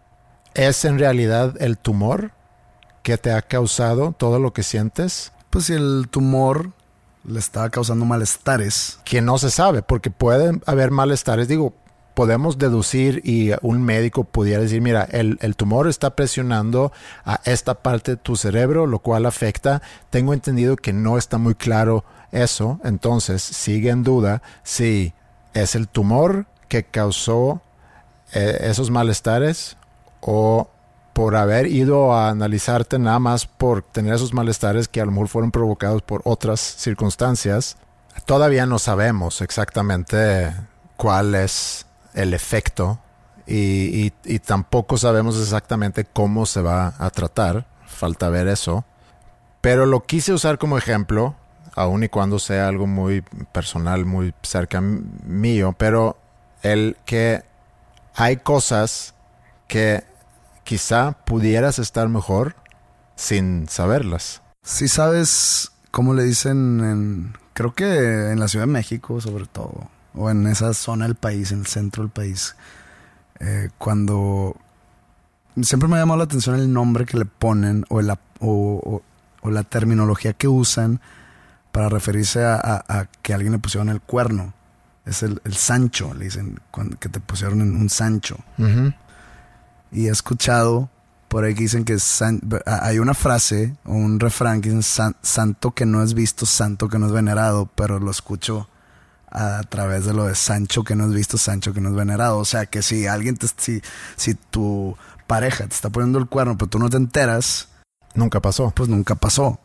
¿es en realidad el tumor que te ha causado todo lo que sientes? Pues si el tumor le estaba causando malestares. Que no se sabe, porque pueden haber malestares. Digo, podemos deducir y un médico pudiera decir, mira, el, el tumor está presionando a esta parte de tu cerebro, lo cual afecta. Tengo entendido que no está muy claro eso, entonces sigue en duda si es el tumor que causó eh, esos malestares o por haber ido a analizarte nada más por tener esos malestares que a lo mejor fueron provocados por otras circunstancias. Todavía no sabemos exactamente cuál es el efecto y, y, y tampoco sabemos exactamente cómo se va a tratar. Falta ver eso. Pero lo quise usar como ejemplo, aun y cuando sea algo muy personal, muy cerca mío, pero el que hay cosas que quizá pudieras estar mejor sin saberlas. Si sabes cómo le dicen en, creo que en la Ciudad de México sobre todo, o en esa zona del país, en el centro del país, eh, cuando siempre me ha llamado la atención el nombre que le ponen o, el, o, o, o la terminología que usan para referirse a, a, a que a alguien le pusieron el cuerno. Es el, el Sancho, le dicen, cuando, que te pusieron en un Sancho. Uh-huh. Y he escuchado por ahí que dicen que san, hay una frase o un refrán que dicen san, santo que no es visto, santo que no es venerado, pero lo escucho a, a través de lo de Sancho que no es visto, Sancho que no es venerado. O sea que si alguien te, si, si tu pareja te está poniendo el cuerno pero tú no te enteras, nunca pasó. Pues nunca pasó.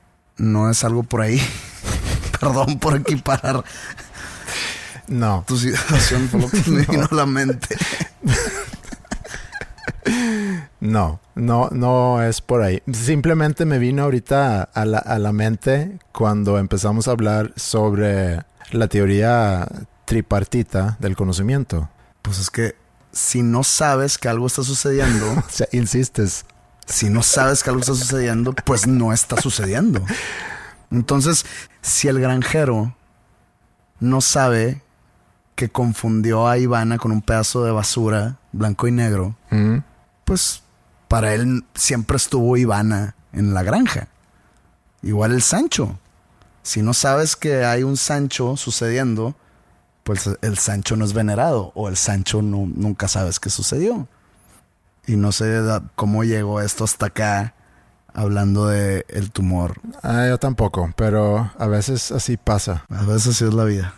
No es algo por ahí. Perdón por equiparar. No. Tu situación fue lo que me vino a la mente. No, no, no es por ahí. Simplemente me vino ahorita a la, a la mente cuando empezamos a hablar sobre la teoría tripartita del conocimiento. Pues es que si no sabes que algo está sucediendo... O sea, insistes. Si no sabes que algo está sucediendo, pues no está sucediendo. Entonces, si el granjero no sabe que confundió a Ivana con un pedazo de basura blanco y negro, Mm. pues para él siempre estuvo Ivana en la granja. Igual el Sancho. Si no sabes que hay un Sancho sucediendo, pues el Sancho no es venerado o el Sancho no, nunca sabes qué sucedió. Y no sé cómo llegó esto hasta acá, hablando de el tumor. Ah, yo tampoco, pero a veces así pasa. A veces así es la vida.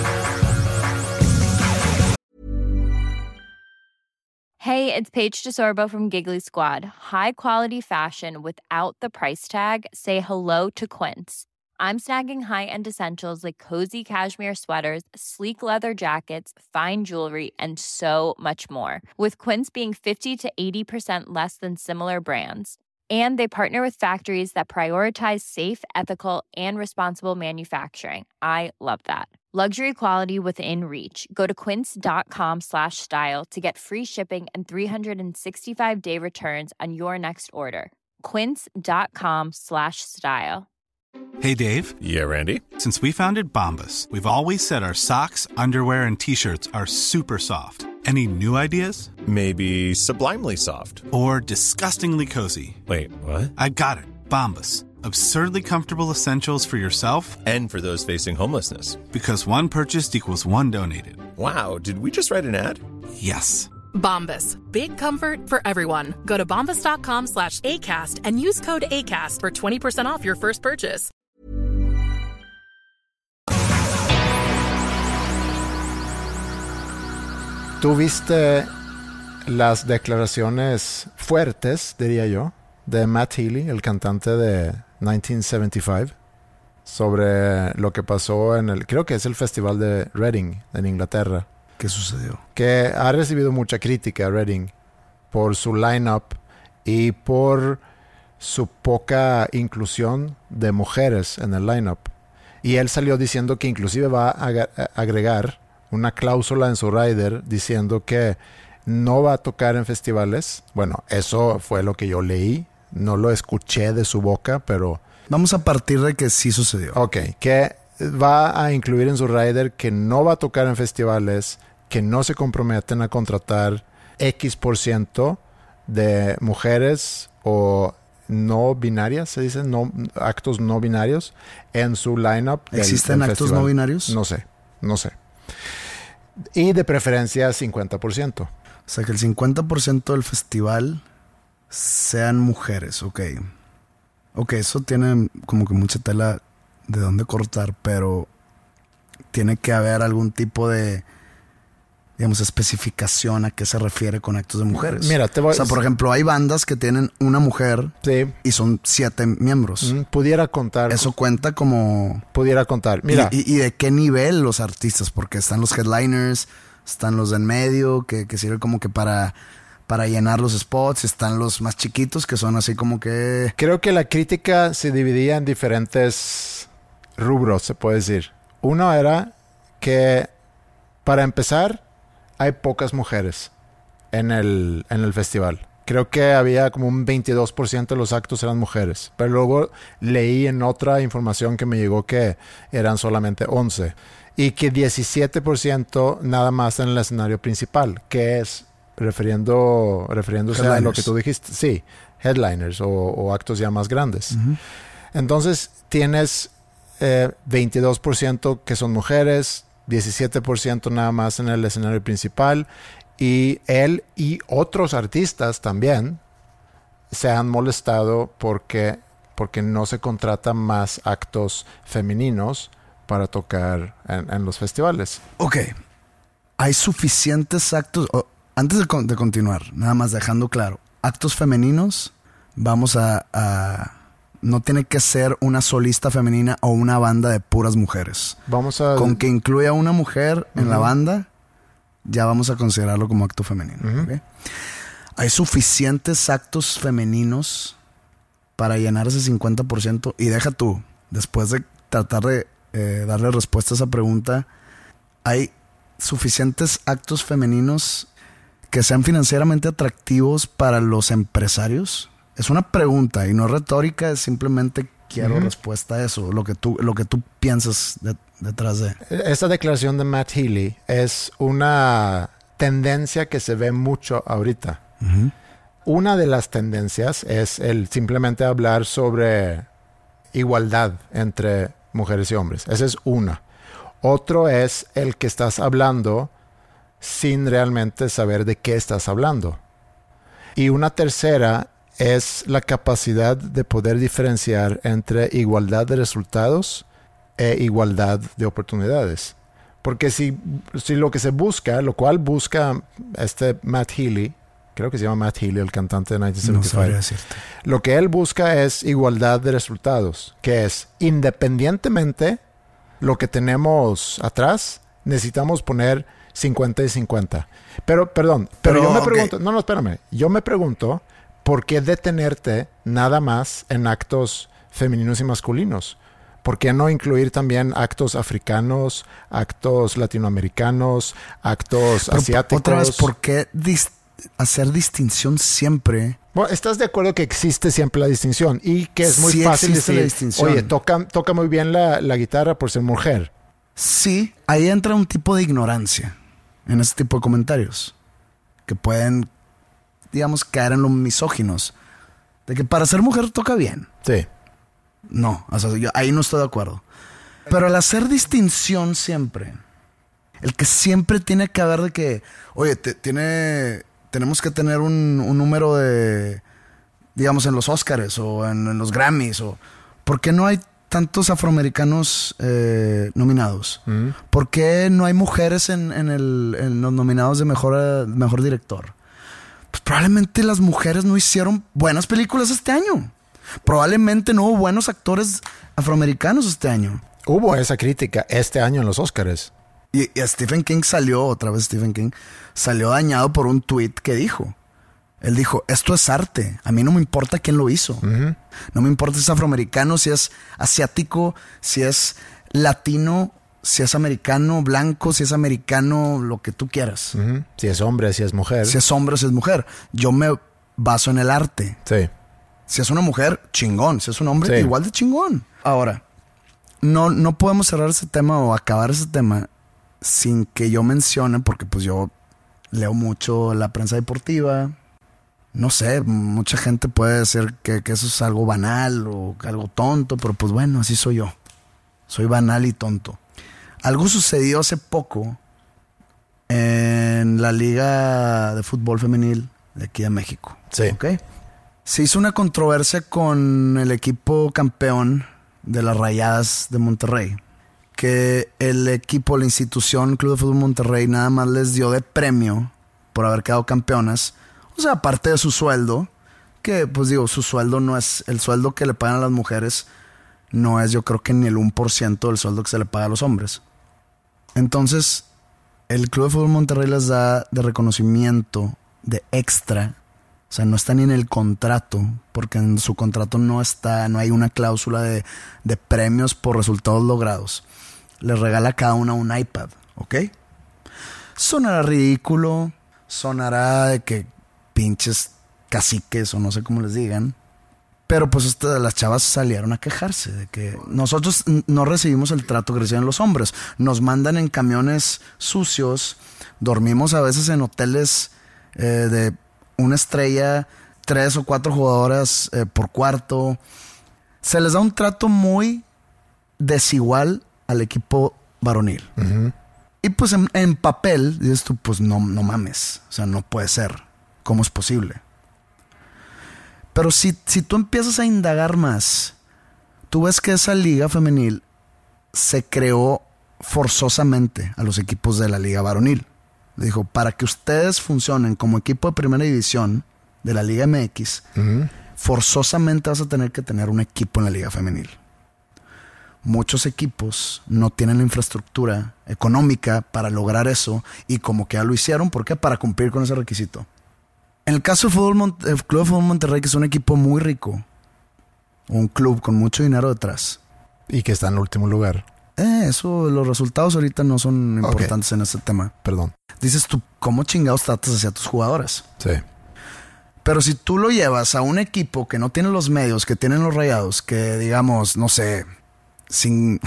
Hey, it's Paige DeSorbo from Giggly Squad. High quality fashion without the price tag. Say hello to Quince. I'm snagging high-end essentials like cozy cashmere sweaters, sleek leather jackets, fine jewelry, and so much more. With Quince being fifty to eighty percent less than similar brands. And they partner with factories that prioritize safe, ethical, and responsible manufacturing. I love that. Luxury quality within reach. Go to quince.com slash style to get free shipping and three sixty-five day returns on your next order. Quince.com slash style. Hey, Dave. Yeah, Randy. Since we founded Bombas, we've always said our socks, underwear, and T-shirts are super soft. Any new ideas? Maybe sublimely soft. Or disgustingly cozy? Wait, what? I got it. Bombas. Absurdly comfortable essentials for yourself And for those facing homelessness. because one purchased equals one donated. Wow, did we just write an ad? Yes. Bombas. Big comfort for everyone. Go to bombas.com slash ACAST and use code ACAST for twenty percent off your first purchase. ¿Tú viste las declaraciones fuertes, diría yo, de Matt Healy, el cantante de nineteen seventy-five, sobre lo que pasó en el, creo que es el festival de Reading en Inglaterra, ¿Qué sucedió? Que ha recibido mucha crítica, Reading, por su line-up y por su poca inclusión de mujeres en el line-up. Y él salió diciendo que inclusive va a agregar una cláusula en su rider diciendo que no va a tocar en festivales. Bueno, eso fue lo que yo leí. No lo escuché de su boca, pero... Vamos a partir de que sí sucedió. Ok, que va a incluir en su rider que no va a tocar en festivales, que no se comprometen a contratar X por ciento de mujeres o no binarias, se dice, no, actos no binarios en su lineup. ¿Existen del, del actos festival. no binarios? No sé, no sé. Y de preferencia cincuenta por ciento. O sea, que el cincuenta por ciento del festival sean mujeres, ok. Ok, eso tiene como que mucha tela de dónde cortar, pero tiene que haber algún tipo de, digamos, especificación a qué se refiere con actos de mujeres. Mira, te voy... O sea, por ejemplo, hay bandas que tienen una mujer sí. y son siete miembros. Mm, pudiera contar. Eso cuenta como... Pudiera contar. Mira. ¿Y, y, y de qué nivel los artistas? Porque están los headliners, están los de en medio, que, que sirve como que para... para llenar los spots, están los más chiquitos que son así como que... Creo que la crítica se dividía en diferentes rubros, se puede decir. Uno era que, para empezar, hay pocas mujeres en el, en el festival. Creo que había como un veintidós por ciento de los actos eran mujeres. Pero luego leí en otra información que me llegó que eran solamente once. Y que diecisiete por ciento nada más en el escenario principal, que es... Refiriendo, refiriéndose a lo que tú dijiste. Sí, headliners o, o actos ya más grandes. Uh-huh. Entonces, tienes eh, veintidós por ciento que son mujeres, diecisiete por ciento nada más en el escenario principal. Y él y otros artistas también se han molestado porque, porque no se contratan más actos femeninos para tocar en, en los festivales. Ok. Hay suficientes actos... Oh. Antes de, con, de continuar, nada más dejando claro, actos femeninos, vamos a, a... No tiene que ser una solista femenina o una banda de puras mujeres. Vamos a... Con que incluya una mujer en uh-huh. la banda, ya vamos a considerarlo como acto femenino. Uh-huh. ¿Okay? Hay suficientes actos femeninos para llenar ese cincuenta por ciento. Y deja tú, después de tratar de eh, darle respuesta a esa pregunta, hay suficientes actos femeninos... que sean financieramente atractivos para los empresarios? Es una pregunta y no es retórica, es simplemente quiero uh-huh. respuesta a eso, lo que tú, lo que tú piensas de, detrás de. Esta declaración de Matt Healy es una tendencia que se ve mucho ahorita. Uh-huh. Una de las tendencias es el simplemente hablar sobre igualdad entre mujeres y hombres. Esa es una. Otro es el que estás hablando sin realmente saber de qué estás hablando. Y una tercera es la capacidad de poder diferenciar entre igualdad de resultados e igualdad de oportunidades. Porque si, si lo que se busca, lo cual busca este Matt Healy, creo que se llama Matt Healy, el cantante de mil novecientos setenta y cinco. No lo que él busca es igualdad de resultados, que es independientemente lo que tenemos atrás, necesitamos poner cincuenta y cincuenta. Pero, perdón, pero, pero yo me okay. pregunto, no, no, espérame. Yo me pregunto, ¿por qué detenerte nada más en actos femeninos y masculinos? ¿Por qué no incluir también actos africanos, actos latinoamericanos, actos pero, asiáticos? Otra vez, ¿por qué dis- hacer distinción siempre? Bueno, ¿estás de acuerdo que existe siempre la distinción? Y que es muy sí fácil decir, decir, oye, toca, toca muy bien la, la guitarra por ser mujer. Sí, ahí entra un tipo de ignorancia en ese tipo de comentarios que pueden, digamos, caer en los misóginos de que para ser mujer toca bien. Sí. No, o sea, yo ahí no estoy de acuerdo. Pero al hacer distinción siempre, el que siempre tiene que haber de que, oye, te, tiene, tenemos que tener un, un número de, digamos, en los Óscares o en, en los Grammys, o ¿por qué no hay tantos afroamericanos eh, nominados? Mm. ¿Por qué no hay mujeres en, en, el, en los nominados de mejor, mejor director? Pues probablemente las mujeres no hicieron buenas películas este año. Probablemente no hubo buenos actores afroamericanos este año. Hubo esa crítica este año en los Óscares. Y, y Stephen King salió, otra vez Stephen King, salió dañado por un tweet que dijo. Él dijo, esto es arte. A mí no me importa quién lo hizo. Uh-huh. No me importa si es afroamericano, si es asiático, si es latino, si es americano, blanco, si es americano, lo que tú quieras. Uh-huh. Si es hombre, si es mujer. Si es hombre, si es mujer. Yo me baso en el arte. Sí. Si es una mujer, chingón. Si es un hombre, sí. igual de chingón. Ahora, no, no podemos cerrar ese tema o acabar ese tema sin que yo mencione, porque pues yo leo mucho la prensa deportiva. No sé, mucha gente puede decir que, que eso es algo banal o algo tonto, pero pues bueno, así soy yo. Soy banal y tonto. Algo sucedió hace poco en la Liga de Fútbol Femenil de aquí de México. Sí. ¿Okay? Se hizo una controversia con el equipo campeón de las Rayadas de Monterrey. Que el equipo, la institución Club de Fútbol Monterrey, nada más les dio de premio por haber quedado campeonas. O sea, aparte de su sueldo, que pues digo, su sueldo no es, el sueldo que le pagan a las mujeres no es, yo creo que ni el uno por ciento del sueldo que se le paga a los hombres. Entonces, el Club de Fútbol Monterrey les da de reconocimiento, de extra, o sea, no está ni en el contrato, porque en su contrato no está, no hay una cláusula de, de premios por resultados logrados. Les regala a cada una un iPad, ¿ok? Sonará ridículo, sonará de que pinches caciques o no sé cómo les digan. Pero pues este, las chavas salieron a quejarse de que nosotros no recibimos el trato que reciben los hombres. Nos mandan en camiones sucios, dormimos a veces en hoteles eh, de una estrella, tres o cuatro jugadoras eh, por cuarto. Se les da un trato muy desigual al equipo varonil. Uh-huh. Y pues en, en papel, dices tú, pues no, no mames. O sea, no puede ser. ¿Cómo es posible? Pero si, si tú empiezas a indagar más, tú ves que esa liga femenil se creó forzosamente a los equipos de la liga varonil. Dijo, para que ustedes funcionen como equipo de primera división de la Liga M X, uh-huh. forzosamente vas a tener que tener un equipo en la liga femenil. Muchos equipos no tienen la infraestructura económica para lograr eso y como que ya lo hicieron, ¿por qué? Para cumplir con ese requisito. En el caso del fútbol, el Club de Fútbol Monterrey, que es un equipo muy rico, un club con mucho dinero detrás. Y que está en último lugar. Eh, eso, los resultados ahorita no son importantes okay. en este tema. Perdón. Dices tú, ¿cómo chingados tratas hacia tus jugadoras? Sí. Pero si tú lo llevas a un equipo que no tiene los medios, que tienen los Rayados, que digamos, no sé, sin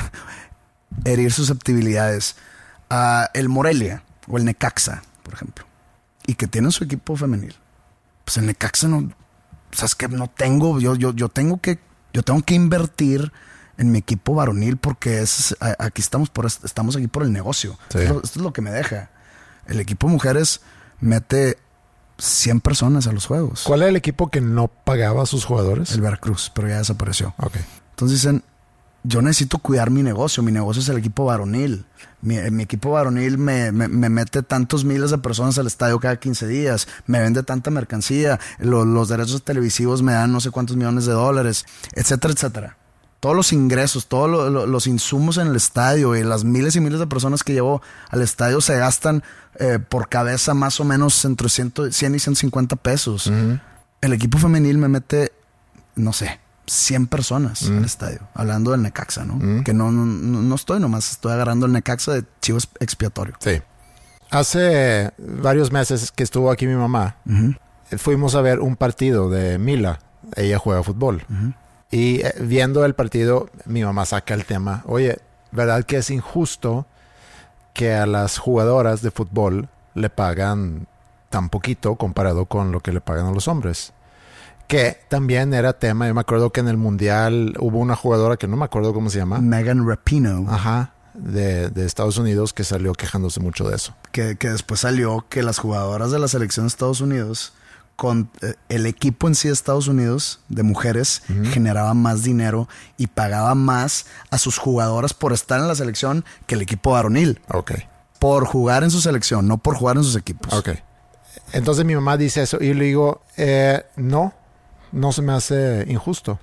herir susceptibilidades, a el Morelia o el Necaxa, por ejemplo, y que tienen su equipo femenil. Pues el Necaxa no, sabes que no tengo, yo, yo, yo tengo que, yo tengo que invertir en mi equipo varonil porque es, aquí estamos por, estamos aquí por el negocio. Sí. Esto, esto es lo que me deja. El equipo mujeres mete cien personas a los juegos. ¿Cuál era el equipo que no pagaba a sus jugadores? El Veracruz, pero ya desapareció. Okay. Entonces dicen, yo necesito cuidar mi negocio. Mi negocio es el equipo varonil. Mi, mi equipo varonil me, me, me mete tantos miles de personas al estadio cada quince días. Me vende tanta mercancía. Los, los derechos televisivos me dan no sé cuántos millones de dólares, etcétera, etcétera. Todos los ingresos, todos lo, lo, los insumos en el estadio y las miles y miles de personas que llevo al estadio se gastan eh, por cabeza más o menos entre cien y ciento cincuenta pesos. Uh-huh. El equipo femenil me mete, no sé, cien personas uh-huh. al estadio. Hablando del Necaxa, ¿no? Uh-huh. Que no, no, no estoy nomás, estoy agarrando el Necaxa de chivo expiatorio. Sí. Hace varios meses que estuvo aquí mi mamá, uh-huh. fuimos a ver un partido de Mila. Ella juega fútbol. Uh-huh. Y viendo el partido, mi mamá saca el tema. Oye, ¿verdad que es injusto que a las jugadoras de fútbol le pagan tan poquito comparado con lo que le pagan a los hombres? Que también era tema. Yo me acuerdo que en el Mundial hubo una jugadora que no me acuerdo cómo se llama. Megan Rapinoe. Ajá. De, de Estados Unidos, que salió quejándose mucho de eso. Que, que después salió que las jugadoras de la selección de Estados Unidos... con eh, el equipo en sí de Estados Unidos de mujeres uh-huh. generaba más dinero y pagaba más a sus jugadoras por estar en la selección que el equipo varonil. Okay. Por jugar en su selección, no por jugar en sus equipos. Okay. Entonces mi mamá dice eso y yo le digo, eh, no, no se me hace injusto.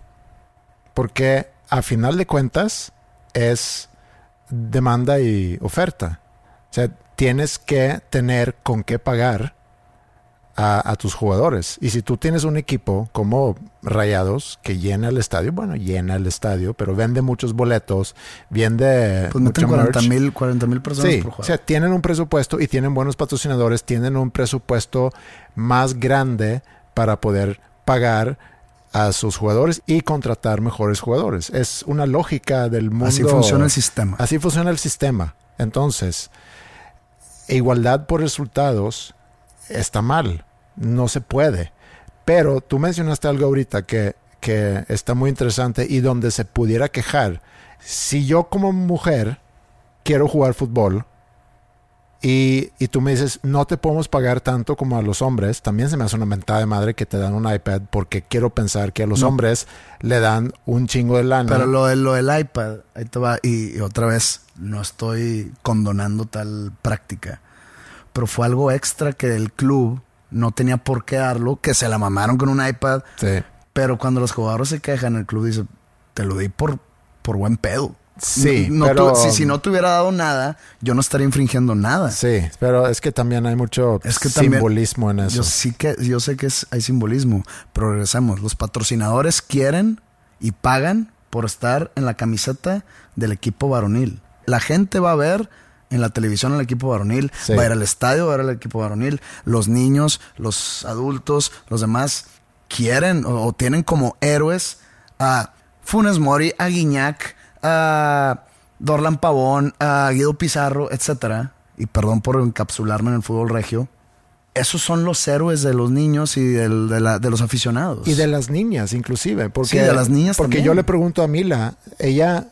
Porque a final de cuentas es demanda y oferta. O sea, tienes que tener con qué pagar a, a tus jugadores. Y si tú tienes un equipo como Rayados que llena el estadio, bueno, llena el estadio, pero vende muchos boletos, vende pues meten cuarenta mil personas sí, por jugador. O sea, tienen un presupuesto y tienen buenos patrocinadores, tienen un presupuesto más grande para poder pagar a sus jugadores y contratar mejores jugadores. Es una lógica del mundo. Así funciona el sistema. Así funciona el sistema. Entonces, igualdad por resultados está mal. No se puede. Pero tú mencionaste algo ahorita que, que está muy interesante y donde se pudiera quejar. Si yo como mujer quiero jugar fútbol y, y tú me dices, no te podemos pagar tanto como a los hombres, también se me hace una mentada de madre que te dan un iPad porque quiero pensar que a los no. hombres le dan un chingo de lana. Pero lo, de, lo del iPad, ahí te va. Y, y otra vez, no estoy condonando tal práctica. Pero fue algo extra que el club no tenía por qué darlo, que se la mamaron con un iPad. Sí. Pero cuando los jugadores se quejan, el club dice, te lo di por, por buen pedo. Sí, no, pero... tu, si, si no te hubiera dado nada, yo no estaría infringiendo nada. Sí, pero es que también hay mucho es que simbolismo también, en eso. Yo sí que, yo sé que es, hay simbolismo, pero regresamos. Los patrocinadores quieren y pagan por estar en la camiseta del equipo varonil. La gente va a ver en la televisión al equipo varonil, sí. va a ir al estadio, va a ir al equipo varonil. Los niños, los adultos, los demás quieren o, o tienen como héroes a Funes Mori, a Guiñac, a Dorlan Pavón, a Guido Pizarro, etcétera. Y perdón por encapsularme en el fútbol regio. Esos son los héroes de los niños y del, de, la, de los aficionados. Y de las niñas, inclusive. Porque, sí, de las niñas Porque también. yo le pregunto a Mila, ella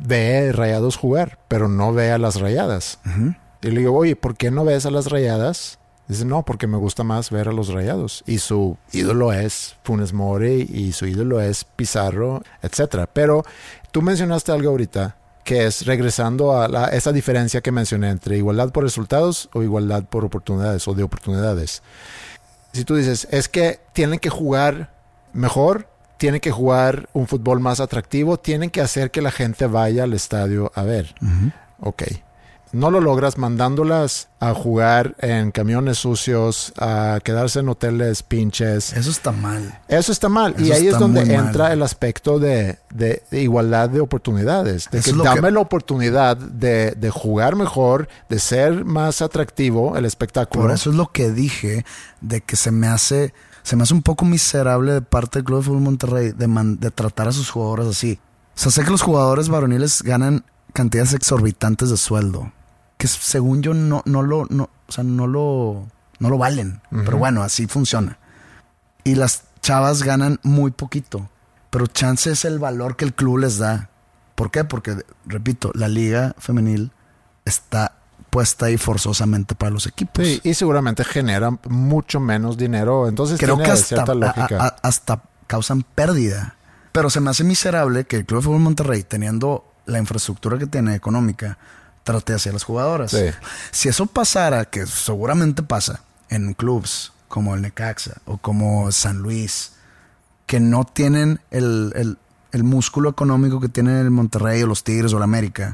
ve Rayados jugar, pero no ve a las Rayadas. Uh-huh. Y le digo, oye, ¿por qué no ves a las Rayadas? Dice, no, porque me gusta más ver a los Rayados. Y su ídolo es Funes Mori y su ídolo es Pizarro, etcétera. Pero tú mencionaste algo ahorita, que es regresando a la, esa diferencia que mencioné entre igualdad por resultados o igualdad por oportunidades o de oportunidades. Si tú dices, es que tienen que jugar mejor, tienen que jugar un fútbol más atractivo, tienen que hacer que la gente vaya al estadio a ver. Uh-huh. Ok. No lo logras mandándolas a jugar en camiones sucios, a quedarse en hoteles pinches. Eso está mal. Eso está mal. Eso y ahí es donde entra mal. el aspecto de, de, de igualdad de oportunidades. De que dame que... la oportunidad de, de jugar mejor, de ser más atractivo el espectáculo. Por eso es lo que dije, de que se me hace, se me hace un poco miserable de parte del Club de Fútbol Monterrey de, man, de tratar a sus jugadores así. O sea, sé que los jugadores varoniles ganan cantidades exorbitantes de sueldo, que según yo no, no lo, no, o sea, no lo, no lo valen. Uh-huh. Pero bueno, así funciona. Y las chavas ganan muy poquito, pero chance es el valor que el club les da. ¿Por qué? Porque, repito, la liga femenil está puesta ahí forzosamente para los equipos. Sí, y seguramente generan mucho menos dinero. Entonces creo tiene que hasta, cierta lógica. A, a, hasta causan pérdida. Pero se me hace miserable que el Club de Fútbol Monterrey, teniendo la infraestructura que tiene económica, trate hacia las jugadoras. Sí. Si eso pasara, que seguramente pasa en clubs como el Necaxa o como San Luis, que no tienen el, el, el músculo económico que tiene el Monterrey o los Tigres o el América,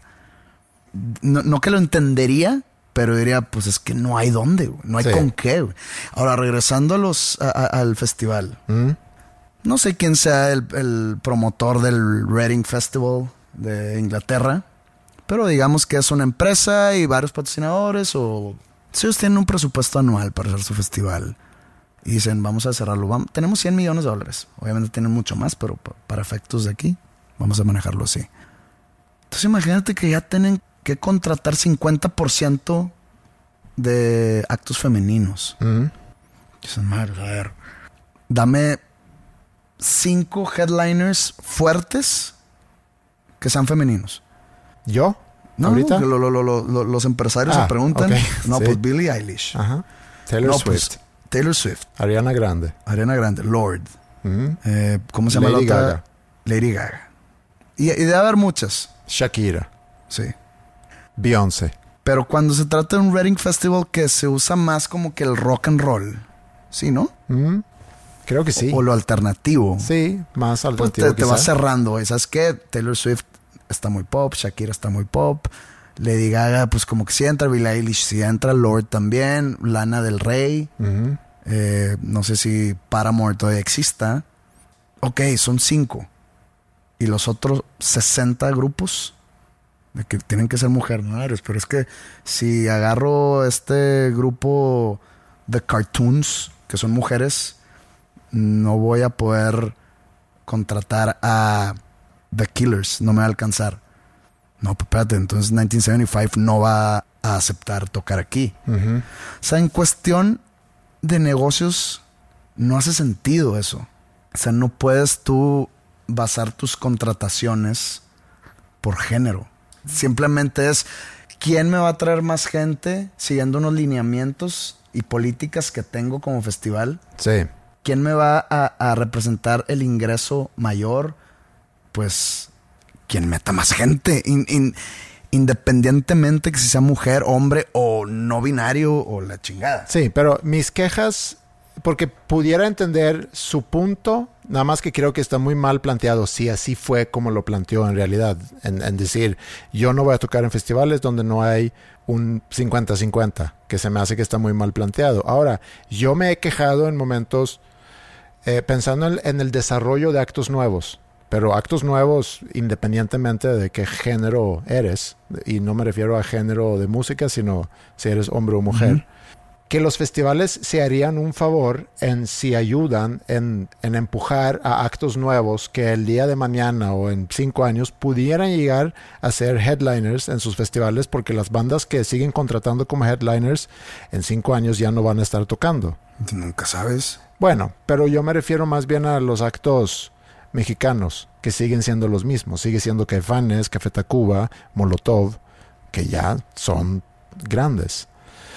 no, no que lo entendería, pero diría, pues es que no hay dónde, güey. No hay sí. con qué. Güey. Ahora, regresando a los, a, a, al festival, ¿Mm? no sé quién sea el, el promotor del Reading Festival de Inglaterra, pero digamos que es una empresa y varios patrocinadores, o si ellos tienen un presupuesto anual para hacer su festival y dicen, vamos a cerrarlo, vamos, tenemos cien millones de dólares. Obviamente tienen mucho más, pero para efectos de aquí vamos a manejarlo así. Entonces imagínate que ya tienen que contratar cincuenta por ciento de actos femeninos. Mm-hmm. Dicen, madre, a ver, dame cinco headliners fuertes que sean femeninos. ¿Yo? No, ¿ahorita? Lo, lo, lo, lo, los empresarios ah, se preguntan. Okay. No, sí. pues Billie Eilish. Ajá. Taylor no, Swift. Pues, Taylor Swift. Ariana Grande. Ariana Grande. Lord. Mm-hmm. Eh, ¿Cómo se llama Lady la otra? Gaga. Lady Gaga. Y, y debe haber muchas. Shakira. Sí. Beyoncé. Pero cuando se trata de un Reading Festival que se usa más como que el rock and roll. ¿Sí, no? Mm-hmm. Creo que sí. O, o lo alternativo. Sí, más alternativo. Pues te, te va cerrando. ¿Sabes qué? Taylor Swift está muy pop, Shakira está muy pop, Lady Gaga, pues como que sí entra, Billie Eilish sí entra, Lorde también, Lana del Rey, uh-huh. eh, no sé si Paramore todavía exista. Ok, son cinco. Y los otros sesenta grupos de que tienen que ser mujeres, ¿no? Pero es que si agarro este grupo de cartoons, que son mujeres, no voy a poder contratar a The Killers, no me va a alcanzar. No, pues espérate, entonces diecinueve setenta y cinco no va a aceptar tocar aquí. Uh-huh. O sea, en cuestión de negocios no hace sentido eso. O sea, no puedes tú basar tus contrataciones por género. Simplemente es quién me va a traer más gente siguiendo unos lineamientos y políticas que tengo como festival. Sí. ¿Quién me va a, a representar el ingreso mayor? Pues quien meta más gente, in, in, independientemente que si sea mujer, hombre o no binario o la chingada. Sí, pero mis quejas, porque pudiera entender su punto, nada más que creo que está muy mal planteado, si así fue como lo planteó en realidad, en, en decir, yo no voy a tocar en festivales donde no hay un cincuenta cincuenta, que se me hace que está muy mal planteado. Ahora, yo me he quejado en momentos eh, pensando en, en el desarrollo de actos nuevos. Pero actos nuevos independientemente de qué género eres, y no me refiero a género de música, sino si eres hombre o mujer, uh-huh. que los festivales se harían un favor en si ayudan en, en empujar a actos nuevos que el día de mañana o en cinco años pudieran llegar a ser headliners en sus festivales, porque las bandas que siguen contratando como headliners en cinco años ya no van a estar tocando. Nunca sabes. Bueno, pero yo me refiero más bien a los actos mexicanos, que siguen siendo los mismos. Sigue siendo Caifanes, Café Tacuba, Molotov, que ya son grandes.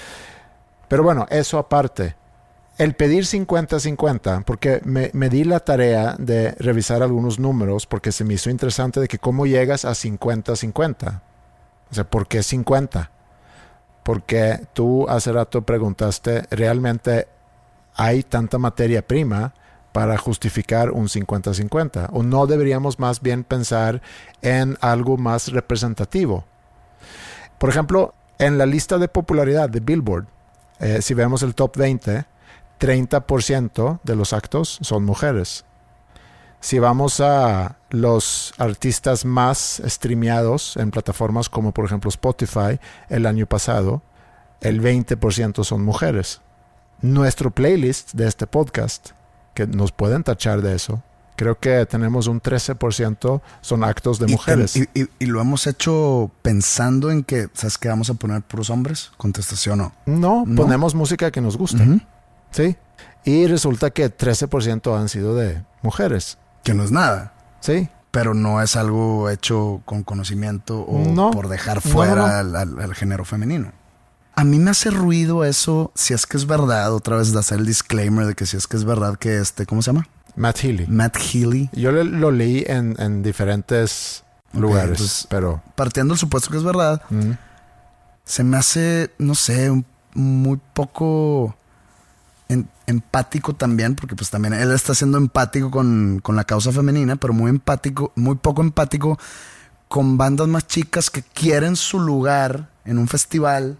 Pero bueno, eso aparte. El pedir cincuenta cincuenta, porque me, me di la tarea de revisar algunos números, porque se me hizo interesante de que cómo llegas a cincuenta cincuenta. O sea, ¿por qué cincuenta? Porque tú hace rato preguntaste, ¿realmente hay tanta materia prima para justificar un cincuenta cincuenta? ¿O no deberíamos más bien pensar en algo más representativo? Por ejemplo, en la lista de popularidad de Billboard, eh, si vemos el top veinte, treinta por ciento de los actos son mujeres. Si vamos a los artistas más streameados en plataformas como por ejemplo Spotify el año pasado, el veinte por ciento son mujeres. Nuestro playlist de este podcast, que nos pueden tachar de eso, creo que tenemos un trece por ciento son actos de y mujeres. Ten, y, y, y lo hemos hecho pensando en que, ¿sabes qué? ¿Vamos a poner puros hombres? Contestación no. No, ¿no? Ponemos música que nos gusta. Uh-huh. Sí. Y resulta que trece por ciento han sido de mujeres. Que no es nada. Sí. Pero no es algo hecho con conocimiento o no, por dejar fuera no, no. Al, al, al género femenino. A mí me hace ruido eso, si es que es verdad, otra vez de hacer el disclaimer de que si es que es verdad que este, ¿cómo se llama? Matt Healy. Matt Healy. Yo le, lo leí en, en diferentes okay, lugares, entonces, pero... Partiendo del supuesto que es verdad, mm. se me hace, no sé, un, muy poco en, empático también, porque pues también él está siendo empático con, con la causa femenina, pero muy empático, muy poco empático con bandas más chicas que quieren su lugar en un festival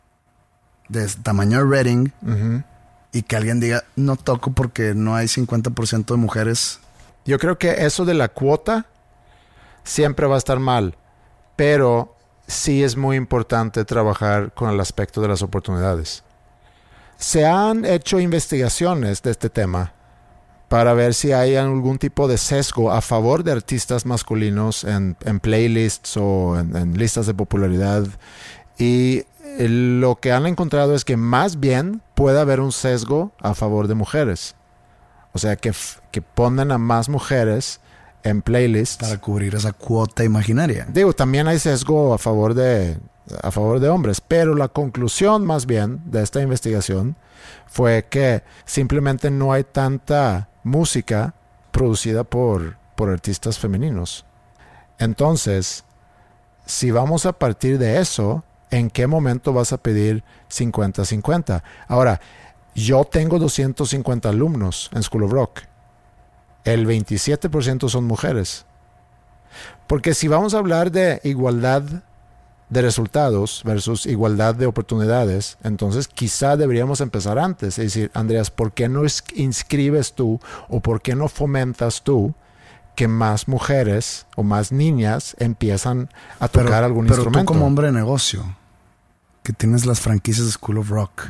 de tamaño de Reading, uh-huh. y que alguien diga, no toco porque no hay cincuenta por ciento de mujeres. Yo creo que eso de la cuota siempre va a estar mal, pero sí es muy importante trabajar con el aspecto de las oportunidades. Se han hecho investigaciones de este tema para ver si hay algún tipo de sesgo a favor de artistas masculinos en, en playlists o en, en listas de popularidad, y lo que han encontrado es que más bien puede haber un sesgo a favor de mujeres. O sea, que, que ponen a más mujeres en playlists. Para cubrir esa cuota imaginaria. Digo, también hay sesgo a favor de, a favor de hombres. Pero la conclusión más bien de esta investigación fue que simplemente no hay tanta música producida por, por artistas femeninos. Entonces, si vamos a partir de eso, ¿en qué momento vas a pedir cincuenta cincuenta? Ahora, yo tengo doscientos cincuenta alumnos en School of Rock. El veintisiete por ciento son mujeres. Porque si vamos a hablar de igualdad de resultados versus igualdad de oportunidades, entonces quizá deberíamos empezar antes. Es decir, Andreas, ¿por qué no inscribes tú o por qué no fomentas tú que más mujeres o más niñas empiezan a tocar pero, algún pero instrumento? Pero tú como hombre de negocio, que tienes las franquicias de School of Rock,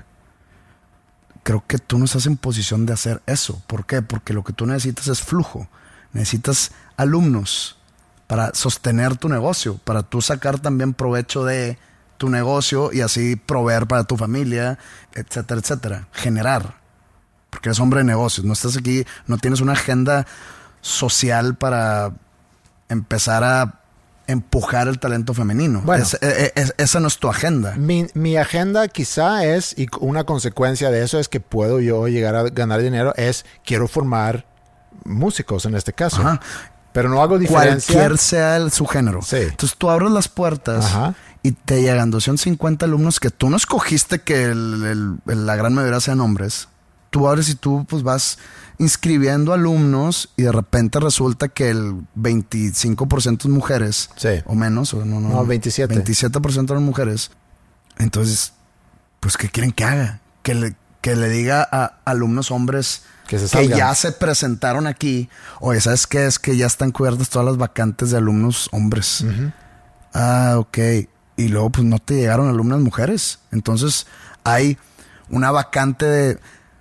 creo que tú no estás en posición de hacer eso. ¿Por qué? Porque lo que tú necesitas es flujo. Necesitas alumnos para sostener tu negocio, para tú sacar también provecho de tu negocio y así proveer para tu familia, etcétera, etcétera. Generar. Porque eres hombre de negocios. No estás aquí, no tienes una agenda social para empezar a empujar el talento femenino. Bueno, es, es, es, esa no es tu agenda. Mi, mi agenda quizá es, y una consecuencia de eso es que puedo yo llegar a ganar dinero, es quiero formar músicos en este caso. Ajá. Pero no hago diferencia. Cualquier sea el, su género. Sí. Entonces tú abres las puertas. Ajá. Y te llegan doscientos cincuenta alumnos que tú no escogiste que el, el, el, la gran mayoría sean hombres. Tú abres y tú pues vas inscribiendo alumnos y de repente resulta que el veinticinco por ciento es mujeres. Sí. O menos. O no, no, no, veintisiete. veintisiete por ciento son mujeres. Entonces, pues ¿qué quieren que haga? Que le, que le diga a alumnos hombres que, se que ya se presentaron aquí. Oye, ¿sabes qué? Es que ya están cubiertas todas las vacantes de alumnos hombres. Uh-huh. Ah, ok. Y luego pues no te llegaron alumnas mujeres. Entonces hay una vacante de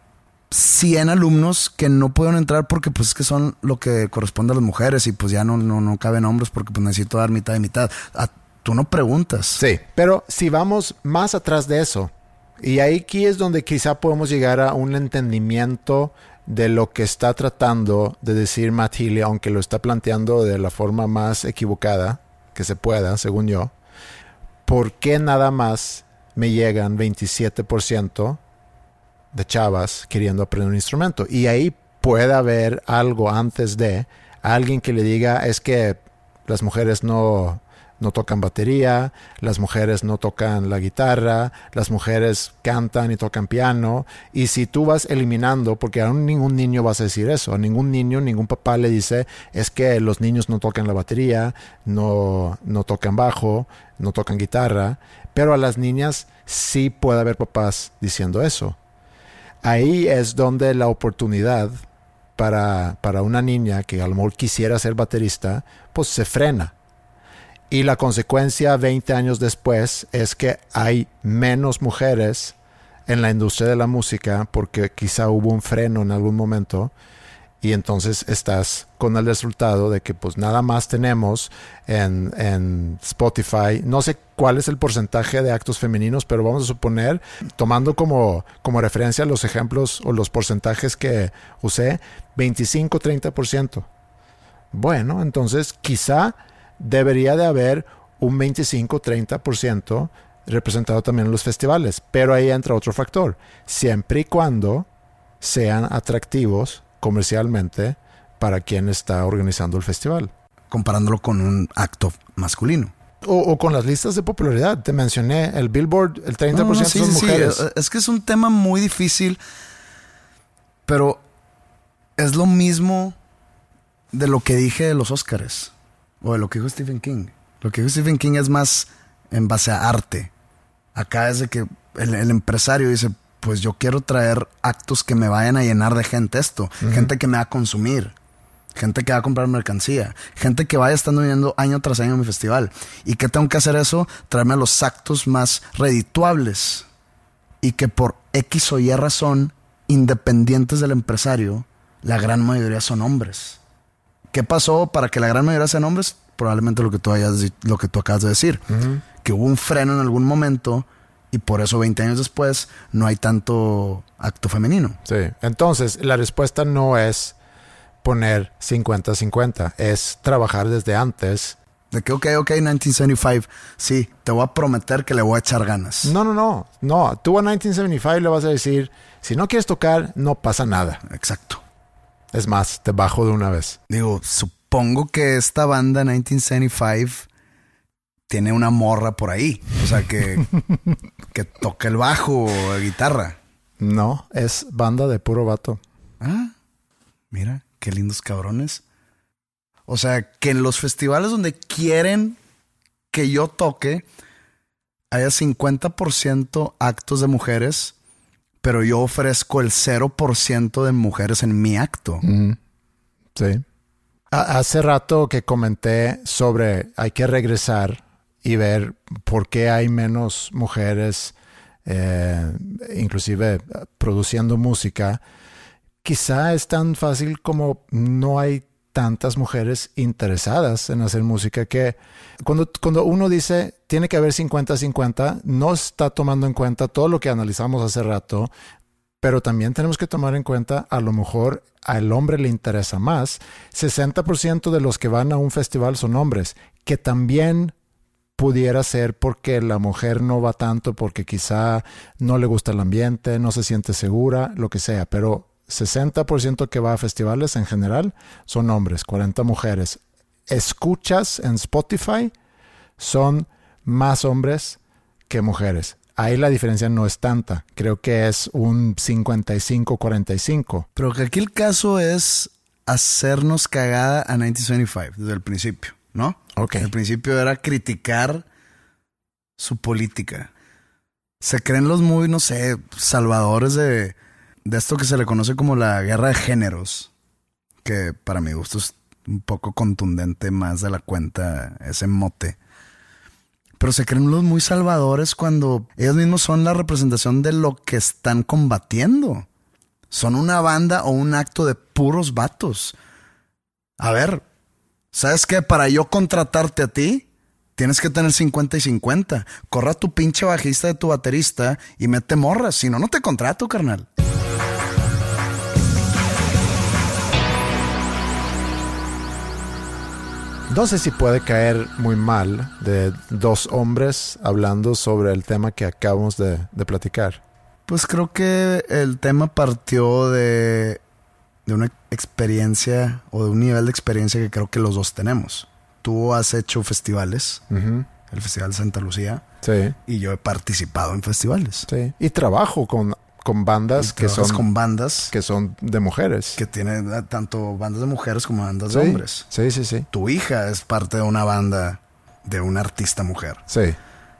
cien alumnos que no pudieron entrar porque pues es que son lo que corresponde a las mujeres y pues ya no, no, no caben hombres porque pues necesito dar mitad y mitad. Ah, tú no preguntas. Sí, pero si vamos más atrás de eso, y ahí aquí es donde quizá podemos llegar a un entendimiento de lo que está tratando de decir Matt Healy, aunque lo está planteando de la forma más equivocada que se pueda, según yo. ¿Por qué nada más me llegan veintisiete por ciento de chavas queriendo aprender un instrumento? Y ahí puede haber algo antes de alguien que le diga es que las mujeres no, no tocan batería, las mujeres no tocan la guitarra, las mujeres cantan y tocan piano. Y si tú vas eliminando, porque a ningún niño vas a decir eso, a ningún niño, ningún papá le dice es que los niños no tocan la batería, no, no tocan bajo, no tocan guitarra, pero a las niñas sí puede haber papás diciendo eso. Ahí es donde la oportunidad para, para una niña que a lo mejor quisiera ser baterista, pues se frena. Y la consecuencia veinte años después es que hay menos mujeres en la industria de la música porque quizá hubo un freno en algún momento. Y entonces estás con el resultado de que pues nada más tenemos en, en Spotify, no sé cuál es el porcentaje de actos femeninos, pero vamos a suponer, tomando como, como referencia los ejemplos o los porcentajes que usé, veinticinco a treinta por ciento. Bueno, entonces quizá debería de haber un veinticinco a treinta por ciento representado también en los festivales, pero ahí entra otro factor, siempre y cuando sean atractivos comercialmente para quien está organizando el festival. Comparándolo con un acto masculino. O, o con las listas de popularidad. Te mencioné el Billboard, el treinta por ciento no, no, sí, son sí, mujeres. Sí. Es que es un tema muy difícil, pero es lo mismo de lo que dije de los Óscares o de lo que dijo Stephen King. Lo que dijo Stephen King es más en base a arte. Acá es de que el, el empresario dice, pues yo quiero traer actos que me vayan a llenar de gente esto. Uh-huh. Gente que me va a consumir. Gente que va a comprar mercancía. Gente que vaya estando viniendo año tras año a mi festival. ¿Y qué tengo que hacer eso? Traerme a los actos más redituables. Y que por X o Y razón, independientes del empresario, la gran mayoría son hombres. ¿Qué pasó para que la gran mayoría sean hombres? Probablemente lo que tú, hayas, lo que tú acabas de decir. Uh-huh. Que hubo un freno en algún momento. Y por eso veinte años después no hay tanto acto femenino. Sí. Entonces, la respuesta no es poner cincuenta cincuenta. Es trabajar desde antes. De que, ok, ok, mil novecientos setenta y cinco. Sí, te voy a prometer que le voy a echar ganas. No, no, no. No, tú a mil novecientos setenta y cinco le vas a decir, si no quieres tocar, no pasa nada. Exacto. Es más, te bajo de una vez. Digo, supongo que esta banda mil novecientos setenta y cinco... tiene una morra por ahí. O sea, que, que toca el bajo o la guitarra. No, es banda de puro vato. Ah, mira, qué lindos cabrones. O sea, que en los festivales donde quieren que yo toque, haya cincuenta por ciento actos de mujeres, pero yo ofrezco el cero por ciento de mujeres en mi acto. Mm. Sí. Hace rato que comenté sobre hay que regresar y ver por qué hay menos mujeres, eh, inclusive produciendo música. Quizá es tan fácil como no hay tantas mujeres interesadas en hacer música que cuando, cuando uno dice tiene que haber cincuenta cincuenta, no está tomando en cuenta todo lo que analizamos hace rato, pero también tenemos que tomar en cuenta a lo mejor al hombre le interesa más. sesenta por ciento de los que van a un festival son hombres, que también pudiera ser porque la mujer no va tanto, porque quizá no le gusta el ambiente, no se siente segura, lo que sea, pero sesenta por ciento que va a festivales en general son hombres, cuarenta mujeres. Escuchas en Spotify son más hombres que mujeres. Ahí la diferencia no es tanta. Creo que es un cincuenta y cinco cuarenta y cinco. Pero que aquí el caso es hacernos cagada a mil novecientos veinticinco desde el principio, ¿no? Ok. El principio era criticar su política. Se creen los muy, no sé, salvadores de, de esto que se le conoce como la guerra de géneros. Que para mi gusto es un poco contundente más de la cuenta ese mote. Pero se creen los muy salvadores cuando ellos mismos son la representación de lo que están combatiendo. Son una banda o un acto de puros vatos. A ver, ¿sabes qué? Para yo contratarte a ti, tienes que tener cincuenta y cincuenta. Corra tu pinche bajista de tu baterista y mete morras. Si no, no te contrato, carnal. No sé si puede caer muy mal de dos hombres hablando sobre el tema que acabamos de, de platicar. Pues creo que el tema partió de, de una experiencia o de un nivel de experiencia que creo que los dos tenemos. Tú has hecho festivales, uh-huh. El Festival de Santa Lucía. Sí. Y yo he participado en festivales. Sí. Y trabajo con... con bandas que son con bandas que son de mujeres, que tienen tanto bandas de mujeres como bandas sí, de hombres. Sí, sí, sí. Tu hija es parte de una banda de una artista mujer. Sí.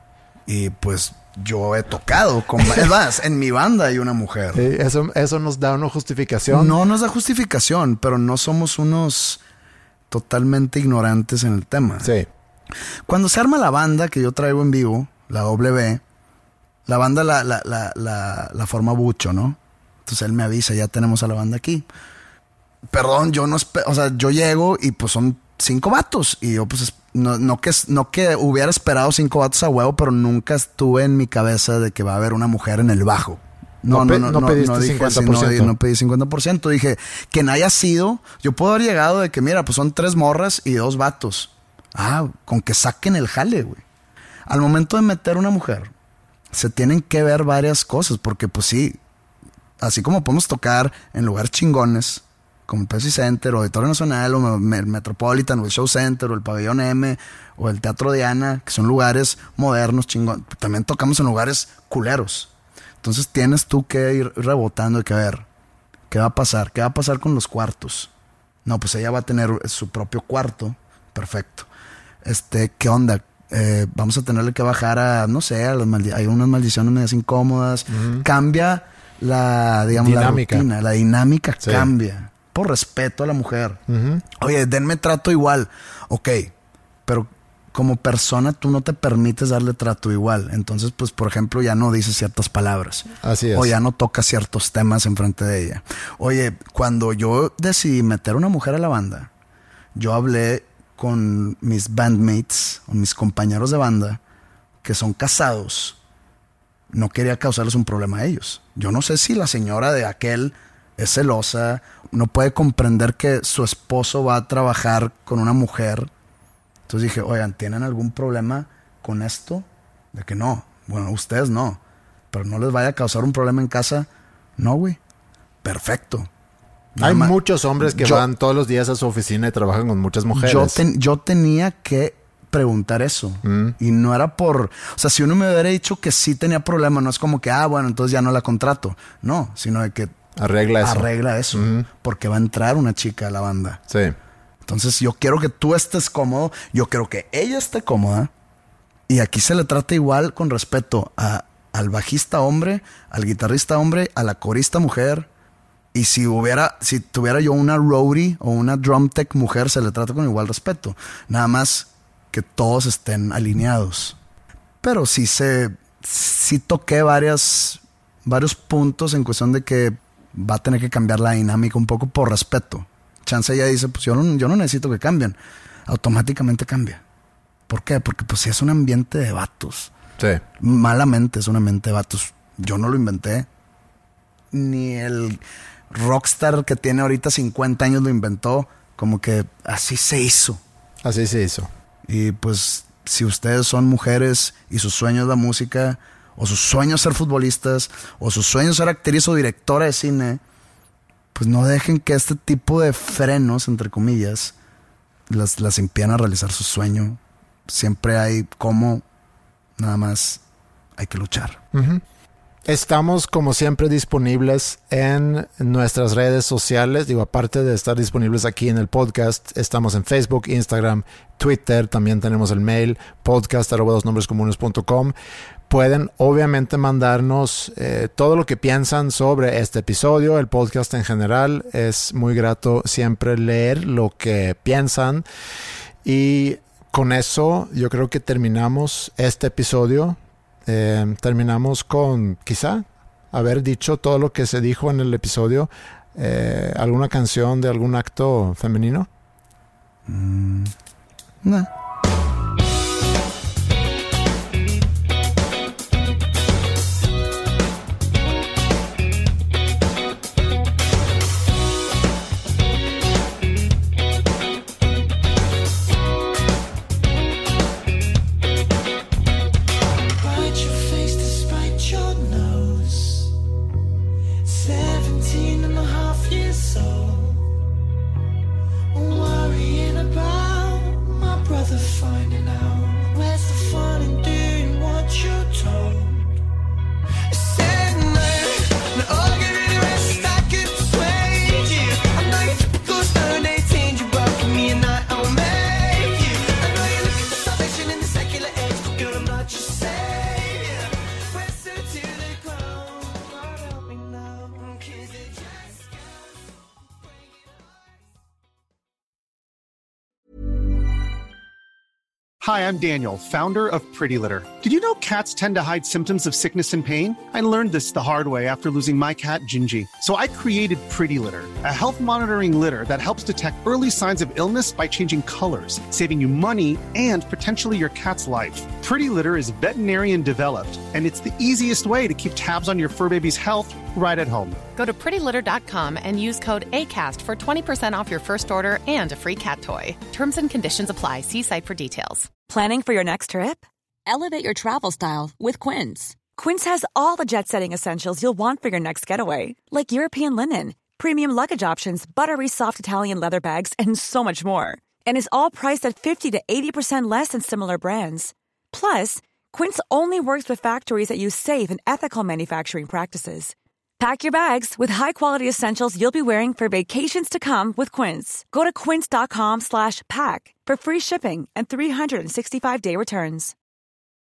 Y pues yo he tocado con es más, en mi banda hay una mujer. Sí, eso, eso nos da una justificación. No nos da justificación, pero no somos unos totalmente ignorantes en el tema. Sí. Cuando se arma la banda que yo traigo en vivo, la W, la banda la, la, la, la, la forma Bucho, ¿no? Entonces él me avisa, ya tenemos a la banda aquí. Perdón, yo no... O sea, yo llego y pues son cinco vatos. Y yo pues... No, no, que, no que hubiera esperado cinco vatos a huevo, pero nunca estuve en mi cabeza de que va a haber una mujer en el bajo. No, no, no, no, no, pediste no dije cincuenta por ciento. Sí, no, no pedí cincuenta por ciento. Dije, quien haya sido... Yo puedo haber llegado de que, mira, pues son tres morras y dos vatos. Ah, con que saquen el jale, güey. Al momento de meter una mujer... Se tienen que ver varias cosas, porque pues sí, así como podemos tocar en lugares chingones, como el Pepsi Center, o Auditorio Nacional, o el Metropolitan, o el Show Center, o el Pabellón M, o el Teatro Diana, que son lugares modernos, chingones, también tocamos en lugares culeros. Entonces tienes tú que ir rebotando y que ver, ¿qué va a pasar? ¿Qué va a pasar con los cuartos? No, pues ella va a tener su propio cuarto, perfecto. Este, ¿qué onda? Eh, vamos a tenerle que bajar a, no sé, a las maldi- hay unas maldiciones medias incómodas. Uh-huh. Cambia la, digamos, dinámica. la rutina, la dinámica sí. Cambia. Por respeto a la mujer. Uh-huh. Oye, denme trato igual. Ok, pero como persona tú no te permites darle trato igual. Entonces, pues, por ejemplo, ya no dices ciertas palabras. Así es. O ya no tocas ciertos temas enfrente de ella. Oye, cuando yo decidí meter a una mujer a la banda, yo hablé con mis bandmates, o mis compañeros de banda, que son casados. No quería causarles un problema a ellos. Yo no sé si la señora de aquel es celosa, no puede comprender que su esposo va a trabajar con una mujer. Entonces dije, oigan, ¿tienen algún problema con esto? De que no. Bueno, ustedes no. Pero no les vaya a causar un problema en casa. No, güey. Perfecto. Hay más, muchos hombres que yo, van todos los días a su oficina y trabajan con muchas mujeres. Yo, ten, yo tenía que preguntar eso. Mm. Y no era por... O sea, si uno me hubiera dicho que sí tenía problema, no es como que, ah, bueno, entonces ya no la contrato. No, sino de que... Arregla eso. Arregla eso. Mm. Porque va a entrar una chica a la banda. Sí. Entonces yo quiero que tú estés cómodo. Yo quiero que ella esté cómoda. Y aquí se le trata igual con respeto a, al bajista hombre, al guitarrista hombre, a la corista mujer. Y si hubiera, si tuviera yo una roadie o una drum tech mujer, se le trata con igual respeto. Nada más que todos estén alineados. Pero sí se, sí toqué varias, varios puntos en cuestión de que va a tener que cambiar la dinámica un poco por respeto. Chance ella dice, pues yo no, yo no necesito que cambien. Automáticamente cambia. ¿Por qué? Porque pues sí es un ambiente de vatos. Sí. Malamente es un ambiente de vatos. Yo no lo inventé. Ni el rockstar que tiene ahorita cincuenta años lo inventó. Como que así se hizo. Así se hizo. Y pues si ustedes son mujeres y su sueño es la música, o su sueño es ser futbolistas, o su sueño es ser actriz o directora de cine, pues no dejen que este tipo de frenos, entre comillas, las, las impidan a realizar su sueño. Siempre hay cómo, nada más hay que luchar. Uh-huh. Estamos como siempre disponibles en nuestras redes sociales. Digo, aparte de estar disponibles aquí en el podcast, estamos en Facebook, Instagram, Twitter. También tenemos el mail podcast arroba dos nombres comunes punto com. Pueden obviamente mandarnos eh, todo lo que piensan sobre este episodio, el podcast en general. Es muy grato siempre leer lo que piensan. Y con eso yo creo que terminamos este episodio. Eh, terminamos con quizá haber dicho todo lo que se dijo en el episodio. Eh, ¿Alguna canción de algún acto femenino? Mm, no. Hi, I'm Daniel, founder of Pretty Litter. Did you know cats tend to hide symptoms of sickness and pain? I learned this the hard way after losing my cat, Gingy. So I created Pretty Litter, a health monitoring litter that helps detect early signs of illness by changing colors, saving you money and potentially your cat's life. Pretty Litter is veterinarian developed, and it's the easiest way to keep tabs on your fur baby's health right at home. Go to pretty litter dot com and use code ACAST for twenty percent off your first order and a free cat toy. Terms and conditions apply. See site for details. Planning for your next trip? Elevate your travel style with Quince. Quince has all the jet-setting essentials you'll want for your next getaway, like European linen, premium luggage options, buttery soft Italian leather bags, and so much more. And is all priced at fifty to eighty percent less than similar brands. Plus, Quince only works with factories that use safe and ethical manufacturing practices. Pack your bags with high-quality essentials you'll be wearing for vacations to come with Quince. Go to quince dot com slash pack for free shipping and three sixty-five day returns.